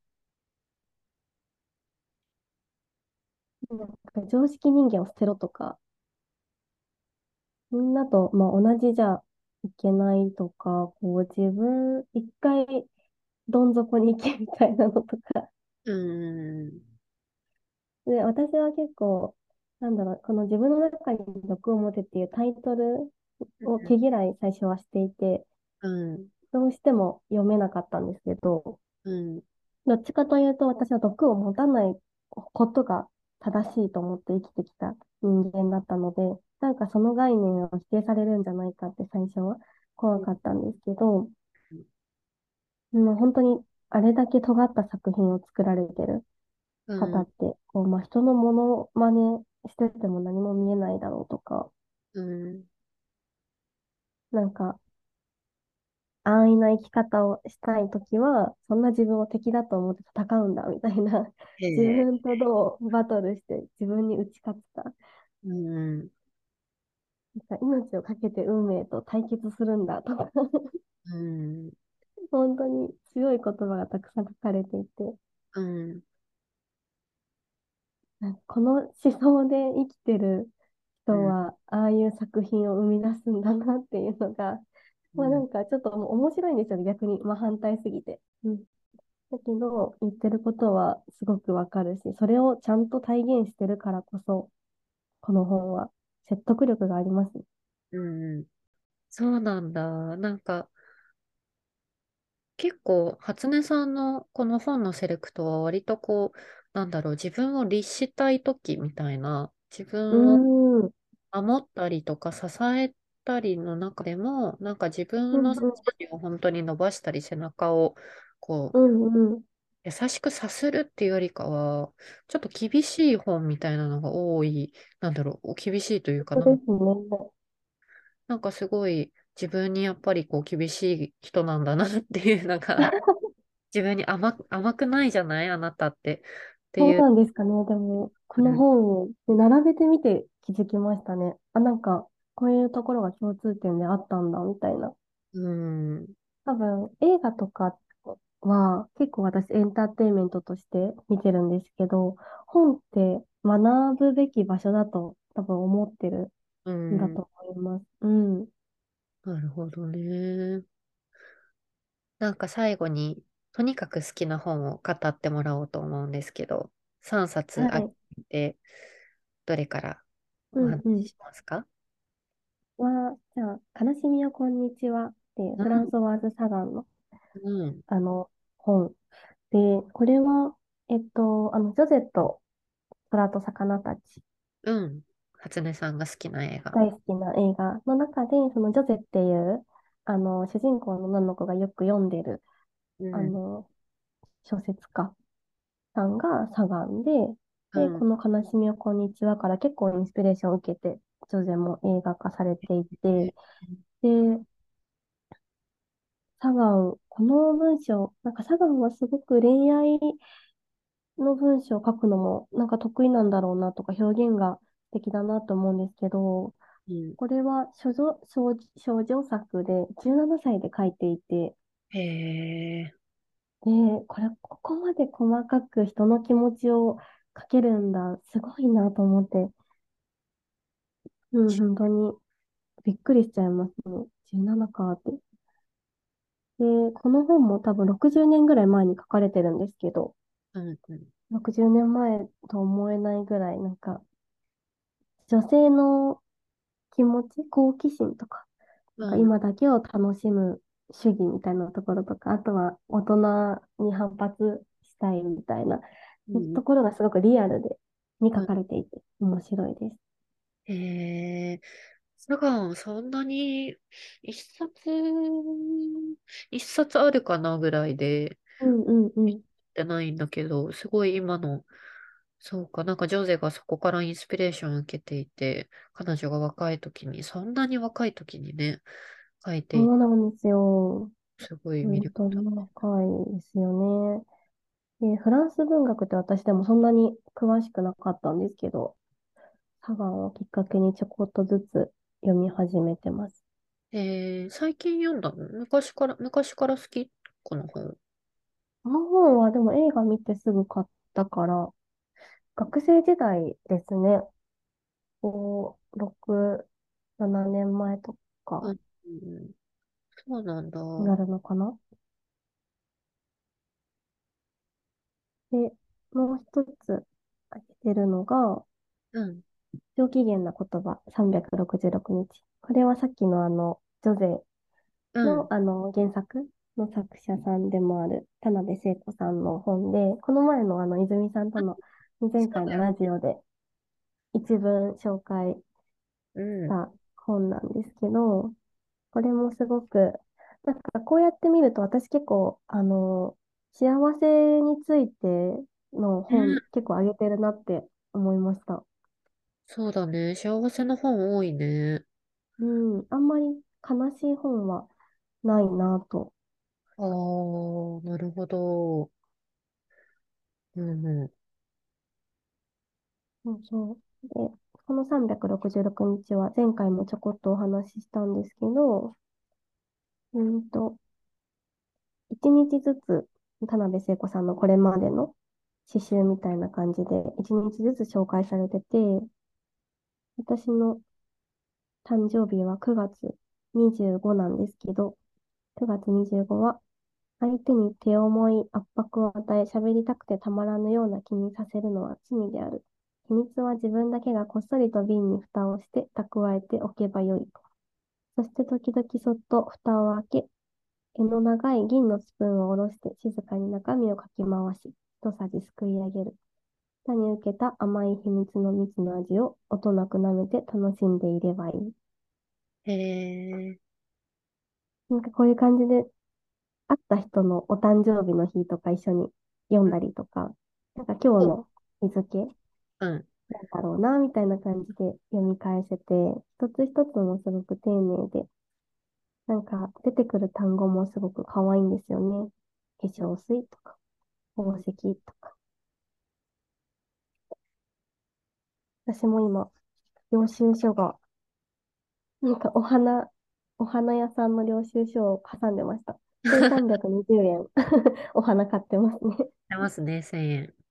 Speaker 2: なんか常識人間を捨てろとか、みんなと、まあ、同じじゃいけないとか、こう自分、一回どん底に行けみたいなのとか。
Speaker 1: うん。
Speaker 2: で、私は結構、なんだろう、この自分の中に毒を持てっていうタイトルを毛嫌い最初はしていて、
Speaker 1: うん。
Speaker 2: どうしても読めなかったんですけど、
Speaker 1: うん。
Speaker 2: どっちかというと私は毒を持たないことが正しいと思って生きてきた人間だったので、なんかその概念を否定されるんじゃないかって最初は怖かったんですけど、もう本当にあれだけ尖った作品を作られてる
Speaker 1: うん。
Speaker 2: 方って、こう、まあ、人のモノマネしてても何も見えないだろうとか、
Speaker 1: うん。
Speaker 2: なんか安易な生き方をしたいときは、そんな自分を敵だと思って戦うんだみたいな、
Speaker 1: へ
Speaker 2: 自
Speaker 1: え。
Speaker 2: 分とどうバトルして自分に打ち勝つか、
Speaker 1: うん。
Speaker 2: なんか命を懸けて運命と対決するんだとか、
Speaker 1: うん。
Speaker 2: 本当に強い言葉がたくさん書かれていて、
Speaker 1: うん。
Speaker 2: なんかこの思想で生きてる
Speaker 1: うん、
Speaker 2: 人はああいう作品を生み出すんだなっていうのが、まあな
Speaker 1: うん、
Speaker 2: んかちょっともう面白いんですよね、逆に。まあ反対すぎて。うん。だけど、言ってることはすごくわかるし、それをちゃんと体現してるからこそ、この本は説得力がありますね。
Speaker 1: うん。そうなんだ。なんか、結構、初音さんのこの本のセレクトは割とこう、なんだろう、自分を律したい時みたいな、自
Speaker 2: うー
Speaker 1: 分を
Speaker 2: ん、うん、
Speaker 1: 守ったりとか支えたりの中でも、なんか自分の背
Speaker 2: うん、
Speaker 1: 筋を本当に伸ばしたり、背中をこう、
Speaker 2: うん、うん。
Speaker 1: 優しくさするっていうよりかは、ちょっと厳しい本みたいなのが多い、なんだろう、厳しいというかなん
Speaker 2: そうですね。
Speaker 1: なんかすごい自分にやっぱりこう厳しい人なんだなっていうのが、自分に甘く、甘くないじゃないあなたって。っていう。
Speaker 2: そうなんですかね。でも、この本をで並べてみて気づきましたね。あ、なんか、こういうところが共通点であったんだ、みたいな。
Speaker 1: うん。
Speaker 2: 多分、映画とかは結構私エンターテインメントとして見てるんですけど、本って学ぶべき場所だと多分思ってる
Speaker 1: うん。
Speaker 2: んだと思います。うん。
Speaker 1: なるほどね。なんか最後に、とにかく好きな本を語ってもらおうと思うんですけど、さんさつあっ
Speaker 2: はい。
Speaker 1: て、どれからお話
Speaker 2: うんうん。
Speaker 1: ししますか？
Speaker 2: は、じゃあ、悲しみよこんにちはっていう
Speaker 1: うん。
Speaker 2: フランソワーズ・サガンの
Speaker 1: うん。
Speaker 2: あの本で、これは、えっと、あの、ジョゼと虎と魚たち
Speaker 1: うん。初音さんが好きな映画。
Speaker 2: 大好きな映画の中で、そのジョゼっていう、あの、主人公の女の子がよく読んでる、
Speaker 1: うん。
Speaker 2: あの、小説家さんがサガンで、で、
Speaker 1: うん。
Speaker 2: この悲しみをこんにちはから結構インスピレーションを受けて、ジョゼも映画化されていて、で、サガン、この文章、なんかサガンはすごく恋愛の文章を書くのもなんか得意なんだろうなとか表現が素敵だなと思うんですけど、
Speaker 1: うん。
Speaker 2: これは少女、少女少女作でじゅうななさいで書いていて、
Speaker 1: へえ。
Speaker 2: で、これ、ここまで細かく人の気持ちを書けるんだ、すごいなと思って、うん、本当にびっくりしちゃいますね。じゅうななかって。で、この本も多分ろくじゅうねんぐらい前に書かれてるんですけど、
Speaker 1: うん。うん。
Speaker 2: ろくじゅうねんまえと思えないぐらい、なんか、女性の気持ち、好奇心とか、なんか
Speaker 1: うん。
Speaker 2: 今だけを楽しむ主義みたいなところとか、あとは大人に反発したいみたいな
Speaker 1: うん。
Speaker 2: ところがすごくリアルで、に書
Speaker 1: うん。
Speaker 2: かれていて面白いです。
Speaker 1: へえ。サガン、そんなに、一冊、一冊あるかなぐらいで、
Speaker 2: うんうんうん。
Speaker 1: ってないんだけど、すごい今の、そうか、なんかジョゼがそこからインスピレーションを受けていて、彼女が若い時に、そんなに若い時にね、書いていて、
Speaker 2: そうなんですよ。
Speaker 1: すごい魅
Speaker 2: 本
Speaker 1: 力だ。
Speaker 2: 当に若いですよね。で、フランス文学って私でもそんなに詳しくなかったんですけど、サガンをきっかけにちょこっとずつ読み始めてます。
Speaker 1: えー、最近読んだの？昔から、昔から好きこの本。
Speaker 2: この本はでも映画見てすぐ買ったから、学生時代ですね。ご、ろく、ななねんまえとか
Speaker 1: うん、うん、そうなんだ。
Speaker 2: にな
Speaker 1: う
Speaker 2: るのかな。で、もう一つ挙げてるのが、
Speaker 1: ん、
Speaker 2: 上機嫌な言葉さんびゃくろくじゅうろくにち。これはさっきのあの、ジョゼ
Speaker 1: うん。
Speaker 2: のあの原作の作者さんでもある田辺聖子さんの本で、この前のあの泉さんとの前回の
Speaker 1: そうだよね。
Speaker 2: ラジオで一文紹介し
Speaker 1: うん。
Speaker 2: た本なんですけど、これもすごく、なんかこうやって見ると私結構、あの、幸せについての本
Speaker 1: ね、
Speaker 2: 結構あげてるなって思いました。
Speaker 1: そうだね。幸せの本多いね。
Speaker 2: うん、あんまり悲しい本はないなと。
Speaker 1: ああ、なるほど。うんうん。
Speaker 2: そうそう。で、このさんびゃくろくじゅうろくにちは前回もちょこっとお話ししたんですけど、うんと、いちにちずつ田辺聖子さんのこれまでの詩集みたいな感じでいちにちずつ紹介されてて、私の誕生日はくがつにじゅうごなんですけど、くがつにじゅうごは、相手に手重い圧迫を与え、喋りたくてたまらぬような気にさせるのは罪である。秘密は自分だけがこっそりと瓶に蓋をして蓄えておけばよい。そして時々そっと蓋を開け、毛の長い銀のスプーンを下ろして静かに中身をかき回し、一さじすくい上げる。下に受けた甘い秘密の蜜の味を音なく舐めて楽しんでいればいい。
Speaker 1: へえ、
Speaker 2: なんかこういう感じで、会った人のお誕生日の日とか一緒に読ん
Speaker 1: うん、
Speaker 2: だりとか、なんか今日
Speaker 1: お、
Speaker 2: の日付なん
Speaker 1: うん。
Speaker 2: だろうな、みたいな感じで読み返せて、一つ一つもすごく丁寧で、なんか出てくる単語もすごく可愛いんですよね。化粧水とか、宝石とか。私も今、領収書が、なんかお花、お花屋さんの領収書を挟んでました。せんさんびゃくにじゅうえんお花買ってますね。
Speaker 1: 出ますね、せんえん。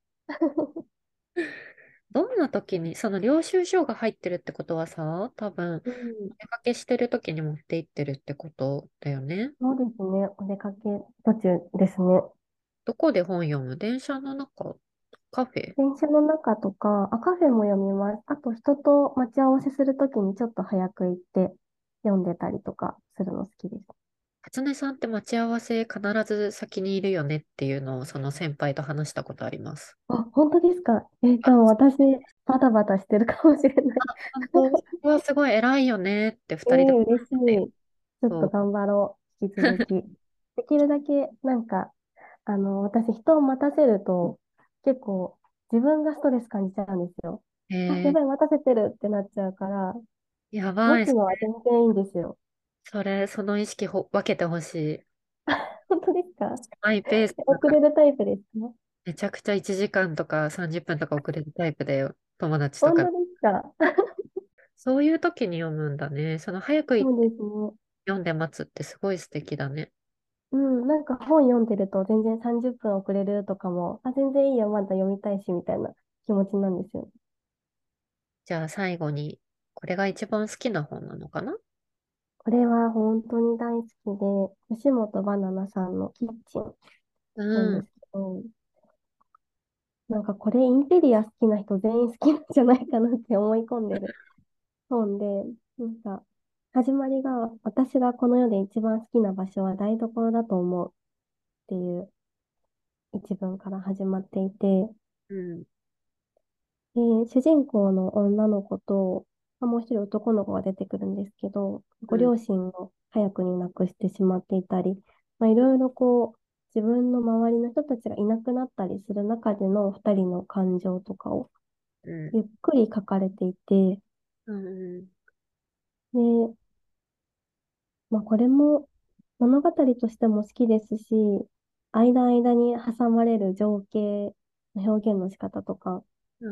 Speaker 1: どんな時に、その領収書が入ってるってことはさ、多分、
Speaker 2: うん、
Speaker 1: お出かけしてる時に持って行ってるってことだよね。
Speaker 2: そうですね。お出かけ途中ですね。
Speaker 1: どこで本読む？電車の中？カフェ？
Speaker 2: 電車の中とか、あ、カフェも読みます。あと人と待ち合わせするときにちょっと早く行って読んでたりとかするの好きです。
Speaker 1: 初音さんって待ち合わせ必ず先にいるよねっていうのをその先輩と話したことあります。
Speaker 2: あ、本当ですか？えー、
Speaker 1: あ、
Speaker 2: 多分私、バタバタしてるかもしれない。
Speaker 1: 本当、それはすごい偉いよねって
Speaker 2: えー、
Speaker 1: 二人で話
Speaker 2: 嬉し
Speaker 1: してて。
Speaker 2: い。ちょっ
Speaker 1: そう。
Speaker 2: と頑張ろう。引き続き。できるだけ、なんか、あの、私、人を待たせると、結構、自分がストレス感じちゃうんですよ。あ、や
Speaker 1: えー、
Speaker 2: ばい、待たせてるってなっちゃうから、
Speaker 1: やばい。
Speaker 2: 待つのは全然いいんですよ。
Speaker 1: それ、その意識ほ分けてほしい。
Speaker 2: 本当ですか？
Speaker 1: マイペースだから、
Speaker 2: 遅れるタイプですか？
Speaker 1: めちゃくちゃいちじかんとかさんじゅっぷんとか遅れるタイプだよ。友達とか。
Speaker 2: 本当ですか？
Speaker 1: そういう時に読むんだね。その早く行って
Speaker 2: そうですね。
Speaker 1: 読んで待つってすごい素敵だね。
Speaker 2: うん、なんか本読んでると全然さんじゅっぷん遅れるとかも、あ、全然いいよ、まだ読みたいし、みたいな気持ちなんですよ。
Speaker 1: じゃあ最後に、これが一番好きな本なのかな？
Speaker 2: これは本当に大好きで、吉本ばななさんのキッチン
Speaker 1: う
Speaker 2: なんで
Speaker 1: ん、
Speaker 2: すけど、なんかこれインテリア好きな人全員好きなんじゃないかなって思い込んでる本で、なんか始まりが私がこの世で一番好きな場所は台所だと思うっていう一文から始まっていて、
Speaker 1: うん、
Speaker 2: で主人公の女の子と、まあもう一人男の子が出てくるんですけど、
Speaker 1: うん、
Speaker 2: ご両親を早くに亡くしてしまっていたり、まあ、いろいろこう、自分の周りの人たちがいなくなったりする中での二人の感情とかを
Speaker 1: うん、
Speaker 2: ゆっくり書かれていて、
Speaker 1: うん、
Speaker 2: で、まあ、これも物語としても好きですし、間間に挟まれる情景の表現の仕方とか、
Speaker 1: うん、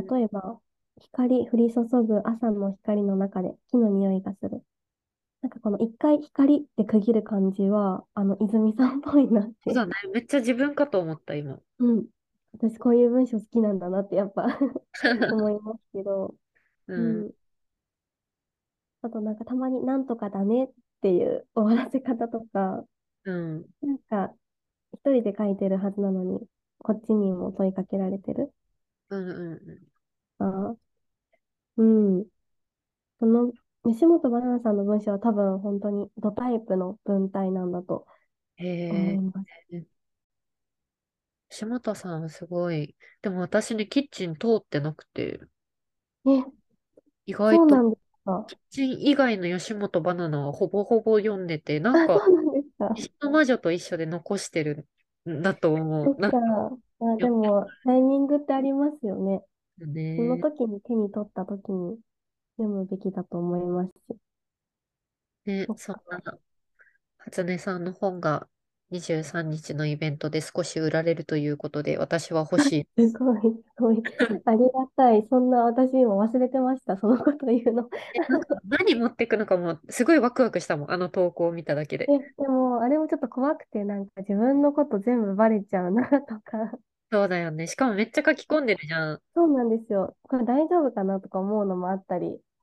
Speaker 2: 例えば、光降り注ぐ朝の光の中で木の匂いがする。なんかこの一回光って区切る感じは、あの、泉さんっぽいなって。
Speaker 1: そうだね。めっちゃ自分かと思った、今。
Speaker 2: うん。私こういう文章好きなんだなってやっぱ思いますけど、
Speaker 1: うん、
Speaker 2: うん。あとなんかたまになんとかだねっていう終わらせ方とか、
Speaker 1: うん、
Speaker 2: なんか一人で書いてるはずなのに、こっちにも問いかけられてる。
Speaker 1: うん、うん。
Speaker 2: あ、うん。その、西本バナナさんの文章は多分本当にドタイプの文体なんだと思
Speaker 1: へ
Speaker 2: います。
Speaker 1: え。島田さんすごい。でも私ね、キッチン通ってなくて、
Speaker 2: え、
Speaker 1: 意外と、
Speaker 2: そうなんですか？
Speaker 1: キッチン以外の吉本バナナはほぼほぼ読んでて、なん
Speaker 2: あ、そ
Speaker 1: か、
Speaker 2: うなんですか？
Speaker 1: 石の魔女と一緒で残してるんだと思う。なんか、
Speaker 2: そっか。あ、でも、タイミングってありますよね。
Speaker 1: 読ん
Speaker 2: その
Speaker 1: ね。
Speaker 2: 時に手に取った時に読むべきだと思いますし。
Speaker 1: ね、
Speaker 2: そっか。
Speaker 1: そんな、初音さんの本がにじゅうさんにちのイベントで少し売られるということで、私は欲しい。
Speaker 2: すごい、すごい。ありがたい。そんな私今忘れてました。そのこと言うの。
Speaker 1: え、なんか何持っていくのかも、すごいワクワクしたもん、あの投稿を見ただけで。
Speaker 2: え、でも、あれもちょっと怖くて、なんか自分のこと全部バレちゃうなとか。
Speaker 1: そうだよね。しかもめっちゃ書き込んでるじゃん。
Speaker 2: そうなんですよ。これ大丈夫かなとか思うのもあったり。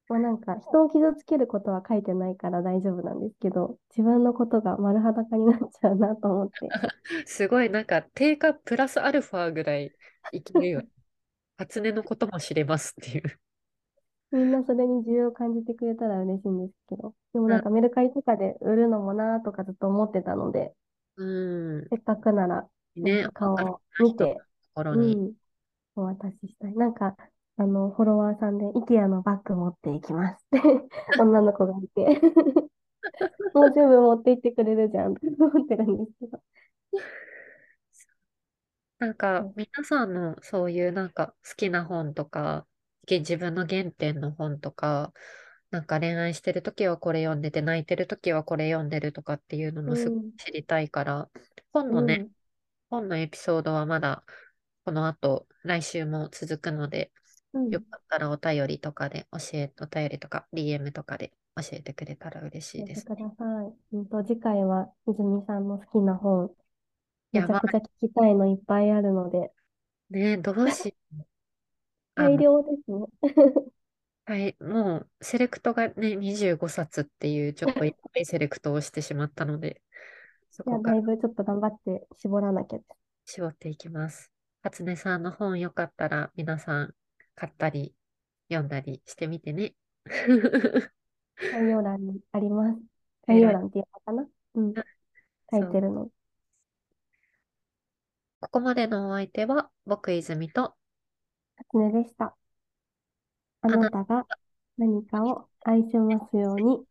Speaker 2: まあなんか人を傷つけることは書いてないから大丈夫なんですけど、自分のことが丸裸になっちゃうなと思って。
Speaker 1: すごいなんか定価プラスアルファぐらいいけるよ。初音のことも知れますっていう。
Speaker 2: みんなそれに需要を感じてくれたら嬉しいんですけど、でも
Speaker 1: うん。
Speaker 2: なんかメルカリとかで売るのもなーとかずっと思ってたので、
Speaker 1: うん
Speaker 2: せっかくならなん
Speaker 1: ね、
Speaker 2: か
Speaker 1: わかる
Speaker 2: 顔を
Speaker 1: な人のと
Speaker 2: 見て、
Speaker 1: ころに。
Speaker 2: うん、お渡ししたい。なんか、あの、フォロワーさんで、イケアのバッグ持っていきますって女の子がいてもう全部持って行ってくれるじゃんって思ってるんですけど。
Speaker 1: なんか、
Speaker 2: そう
Speaker 1: 皆さんのそういうなんか好きな本とか、げ自分の原点の本とか、なんか恋愛してるときはこれ読んでて、泣いてるときはこれ読んでるとかっていうのもすごい
Speaker 2: うん、
Speaker 1: 知りたいから、本のね、
Speaker 2: うん、
Speaker 1: 本のエピソードはまだこの後、来週も続くので、
Speaker 2: うん。
Speaker 1: よかったらお便りとかで教え、お便りとか ディーエム とかで教えてくれたら嬉しい
Speaker 2: 教えて
Speaker 1: ですね。
Speaker 2: ください。うんと、次回は、泉さんの好きな本、め
Speaker 1: やば
Speaker 2: ちゃくちゃ聞きたいのいっぱいあるので、
Speaker 1: い。ね、どうし、あ
Speaker 2: 大
Speaker 1: の、
Speaker 2: 量ですね。
Speaker 1: はい、もう、セレクトがね、にじゅうごさつっていう、ちょっといっぱいセレクトをしてしまったので、そ
Speaker 2: いや、
Speaker 1: こから
Speaker 2: だいぶちょっと頑張って絞らなきゃです。
Speaker 1: 絞っていきます。初音さんの本よかったら、皆さん買ったり、読んだりしてみてね。
Speaker 2: 概要欄にあります。概要
Speaker 1: 偉い。
Speaker 2: 欄っていうのかな。うん、書
Speaker 1: そう。
Speaker 2: いてるの。
Speaker 1: ここまでのお相手は、僕泉と、
Speaker 2: 初音でした。あ
Speaker 1: あな
Speaker 2: なたが何かを愛しますように。